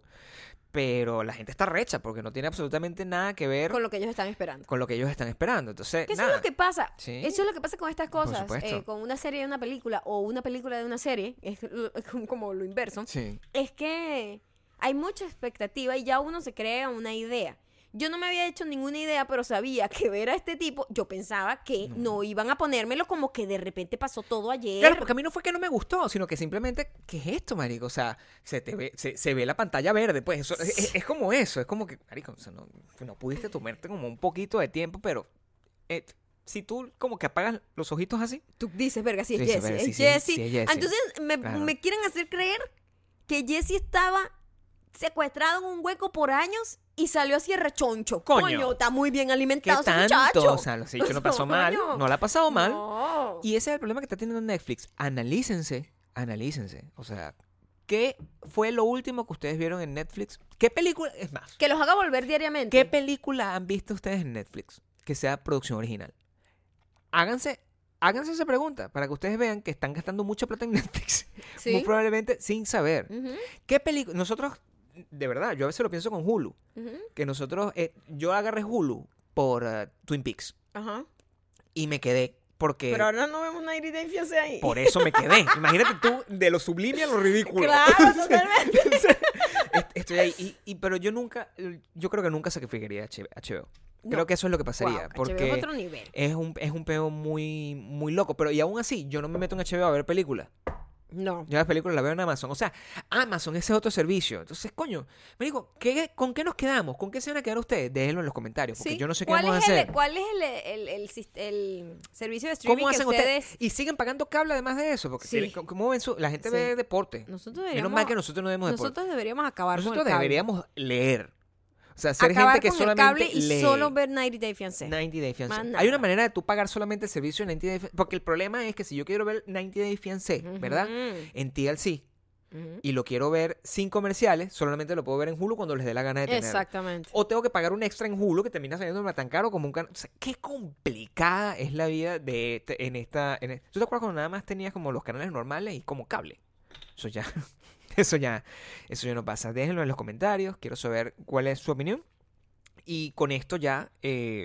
pero la gente está recha porque no tiene absolutamente nada que ver Con lo que ellos están esperando. con lo que ellos están esperando. Entonces, Que eso nada. es lo que pasa. Sí. Eso es lo que pasa con estas Por cosas. supuesto. eh, con una serie de una película o una película de una serie. Es lo- es como- como lo inverso. Sí. Es que hay mucha expectativa y ya uno se crea una idea. Yo no me había hecho ninguna idea, pero sabía que ver a este tipo, yo pensaba que no, iban a ponérmelo como que de repente pasó todo ayer. Claro, porque a mí no fue que no me gustó, sino que simplemente, ¿qué es esto, marico? O sea, se te ve, se, se ve la pantalla verde, pues eso es, es- es como eso, es como que, marico, o sea, no, no pudiste tomarte como un poquito de tiempo, pero eh, si tú como que apagas los ojitos así, Tú dices, verga, sí es Sí, sí, Jesse, verga, es sí, sí, Jesse. sí es Jesse. Entonces me, Claro. me quieren hacer creer que Jesse estaba secuestrado en un hueco por años y salió así rechoncho. Coño. está muy bien ¿qué alimentado ese tanto? muchacho. O sea, los hechos no pasó No, mal, coño. no la ha pasado mal. No. Y ese es el problema que está teniendo Netflix. Analícense, analícense. O sea, ¿qué fue lo último que ustedes vieron en Netflix? ¿Qué película? Es más, Que los haga volver diariamente. ¿qué película han visto ustedes en Netflix que sea producción original? Háganse, háganse esa pregunta para que ustedes vean que están gastando mucha plata en Netflix. Sí. Muy probablemente sin saber. Ujú, ¿Qué película? Nosotros, de verdad, yo a veces lo pienso con Hulu. ujú. Que nosotros, eh, yo agarré Hulu por eh, Twin Peaks Ajá. y me quedé porque... Pero ahora no vemos una Irita Fiancé ahí. Por eso me quedé. Imagínate tú, de lo sublime a lo ridículo. Claro, totalmente. Entonces, est- estoy ahí. Y, y- pero yo nunca, yo creo que nunca sacrificaría H B O. Creo No. que eso es lo que pasaría. Wow, H B O porque es otro nivel. es un, es un peo muy, muy loco. Pero y aún así, yo no me meto en H B O a ver películas. No. Yo las películas las veo en Amazon. O sea, Amazon, ese es otro servicio. Entonces, coño, me digo, ¿qué, ¿con qué nos quedamos? ¿Con qué se van a quedar ustedes? Déjenlo en los comentarios. Porque Sí. yo no sé qué ¿Cuál vamos a es el- hacer. ¿Cuál es el, el, el, sis- el servicio de streaming ¿Cómo que hacen ustedes... ustedes? Y siguen pagando cable además de eso. Porque Sí. tienen- ¿cómo ven su- la gente Sí. ve deporte. Nosotros Menos deberíamos... mal que nosotros no vemos deporte. Nosotros deberíamos acabar Nosotros con el cable. deberíamos leer. O sea, ser acabar gente que con solamente el cable y lee. solo ver ninety Day Fiancé. ninety Day Fiancé. Más Hay una nada. manera de tú pagar solamente el servicio de ninety Day Fiancé. Porque el problema es que si yo quiero ver ninety Day Fiancé, ¿verdad? Ujú. En T L C. Ujú. Y lo quiero ver sin comerciales, solamente lo puedo ver en Hulu cuando les dé la gana de tenerlo. Exactamente. O tengo que pagar un extra en Hulu que termina saliéndome tan caro como un canal. O sea, qué complicada es la vida de este- en esta. En e- ¿Tú te acuerdas cuando nada más tenías como los canales normales y como cable? Eso ya. Eso ya. Eso ya no pasa. Déjenlo en los comentarios. Quiero saber cuál es su opinión. Y con esto ya eh,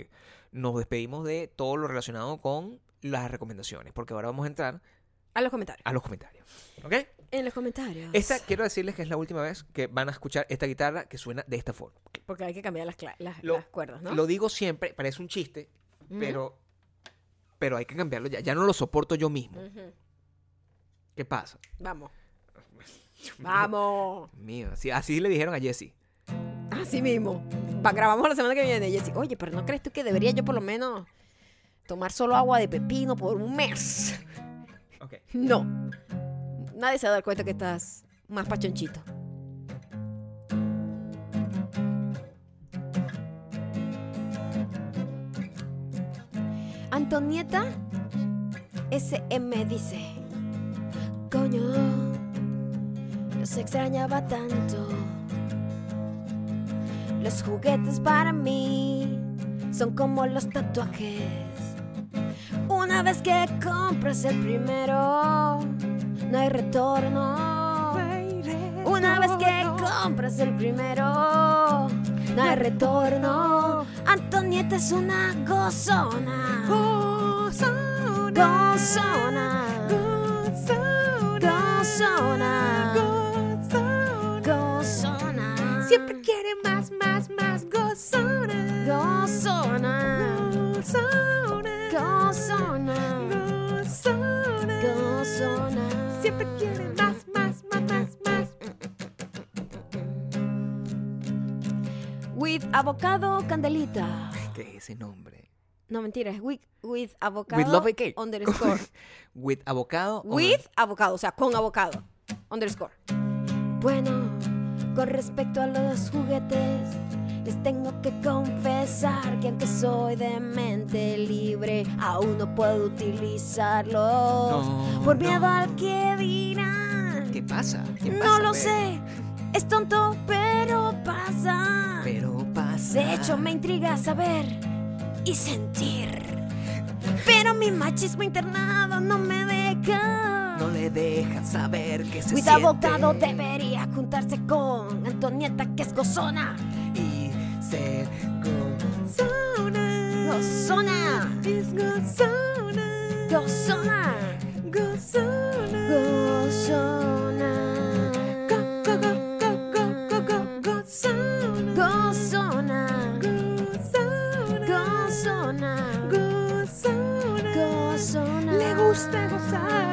nos despedimos de todo lo relacionado con las recomendaciones, porque ahora vamos a entrar A los comentarios. a los comentarios. ¿Ok? En los comentarios. Esta, quiero decirles que es la última vez que van a escuchar esta guitarra que suena de esta forma. Porque hay que cambiar las, cla- las, Lo- las cuerdas, ¿no? Lo digo siempre, parece un chiste, Ujú. pero, pero hay que cambiarlo ya. Ya no lo soporto yo mismo. Ujú. ¿Qué pasa? Vamos. Vamos. Mío, así, así le dijeron a Jessie. Así mismo. Va, grabamos la semana que viene. Jessy, oye, pero ¿no crees tú que debería yo por lo menos tomar solo agua de pepino por un mes? Ok. No. Nadie se va a dar cuenta que estás más pachonchito. Antonieta S M dice: coño, los extrañaba tanto. Los juguetes para mí son como los tatuajes. Una vez que compras el primero, no hay retorno. Una vez que compras el primero, no hay retorno. Antonieta es una gozona. Gozona. Gozona. Gozona. Gozona. Siempre quiere más, más, más gozona. Gozona. Gozona. Gozona. Gozona. Gozona. Siempre quiere más, más, más, más, más. With avocado candelita. ¿Qué es ese nombre? No, mentira, es with, with avocado With love and cake. underscore. With avocado. With avocado, o sea, con avocado. Underscore. Bueno, con respecto a los juguetes, les tengo que confesar que aunque soy de mente libre, aún no puedo utilizarlos. No, por no. miedo al que dirán. ¿Qué pasa? ¿Qué No pasa, lo Fer? sé, es tonto, pero pasa. Pero pasa. De hecho, me intriga saber y sentir. Pero mi machismo internado no me deja. No le dejan saber que se With siente. abogado debería juntarse con Antonieta, que es gozona. Y ser gozona. Gozona. Es gozona. Gozona. Gozona. Gozona. Go, go, go, go, go, go, go, gozona. Gozona. Gozona. Gozona. Gozona. Gozona. Le gusta gozar.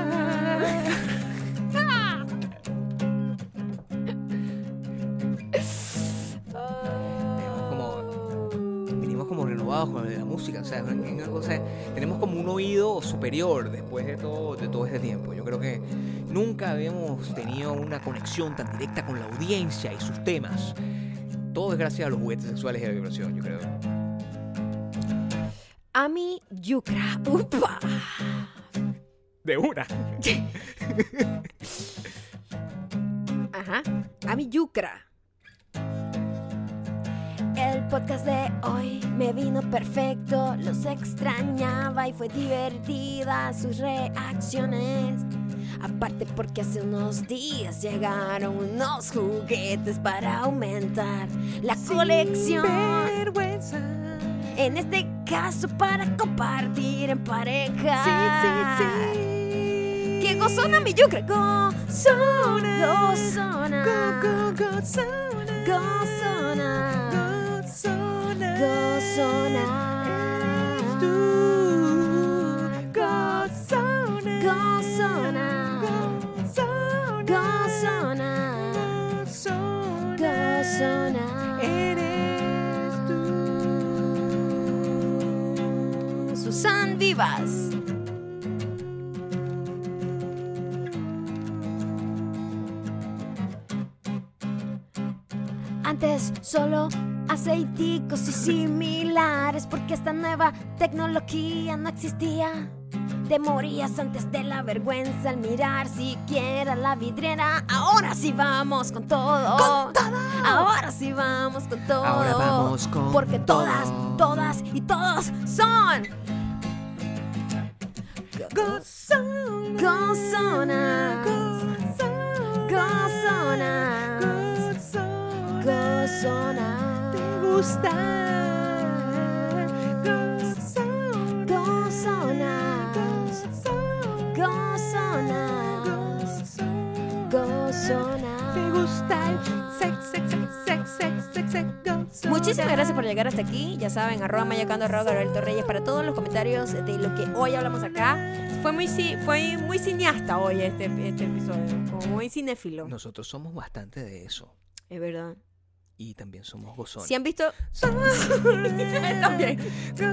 Venimos como renovados con la música, o sea, una- una cosa- tenemos como un oído superior después de todo, de todo este tiempo. Yo creo que nunca habíamos tenido una conexión tan directa con la audiencia y sus temas. Todo es gracias a los juguetes sexuales y a la vibración, yo creo. Ami Yucra. Upa. De una. Ajá. Ami Yucra. El podcast de hoy me vino perfecto, los extrañaba y fue divertida sus reacciones. Aparte porque hace unos días llegaron unos juguetes para aumentar la colección. Vergüenza. En este caso para compartir en pareja. Sí, sí, sí. ¡Qué gozona mi yucra! Gozona, gozona, Go, go, gozona. gozona, Gozona. gozona. Eres tú. Gozona. Gozona. Gozona. Gozona, Gozona. gozona. Eres tú. Susan Vivas. Antes solo aceiticos y similares, porque esta nueva tecnología no existía. Te morías antes de la vergüenza al mirar siquiera la vidriera. Ahora sí vamos con todo. ¡Con todo! Ahora sí vamos con todo. Ahora vamos con Porque todas, todo. todas y todos son Gozona. gozonas. Gozona. Gozonas. Gozona. Gozonas. Te gusta. Gozona. Te gusta el sex, sex, sex, sex, sex, sex, sex, gozona. Muchísimas gracias por llegar hasta aquí. Ya saben, arroba mayocando, arroba Gabriel Torreyes para todos los comentarios de lo que hoy hablamos acá. Fue muy, ci- fue muy cineasta hoy este, este episodio, como muy cinéfilo. Nosotros somos bastante de eso. Es verdad. Y también somos gozones. Si han visto... También.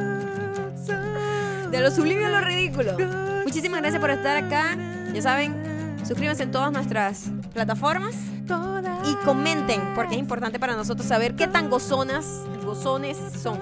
De lo sublime a lo ridículo. Muchísimas gracias por estar acá. Ya saben, suscríbanse en todas nuestras plataformas y comenten, porque es importante para nosotros saber qué tan gozonas, gozones son.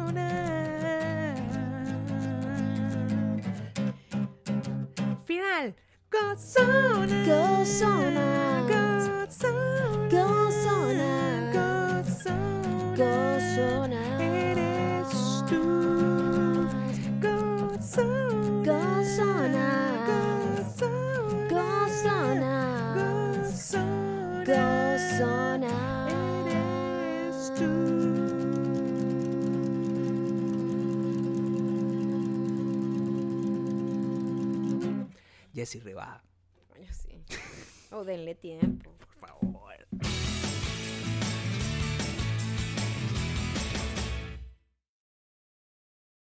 Final. Gozona. Gozona. Gozona. Gozona. Gozona. Gozona. Eres tú. Gozona. Gozona. Gozona. Gozona. Gozona. Eres tú. Jessy, rebaja. Coño, sí. Oh, denle tiempo. Por favor.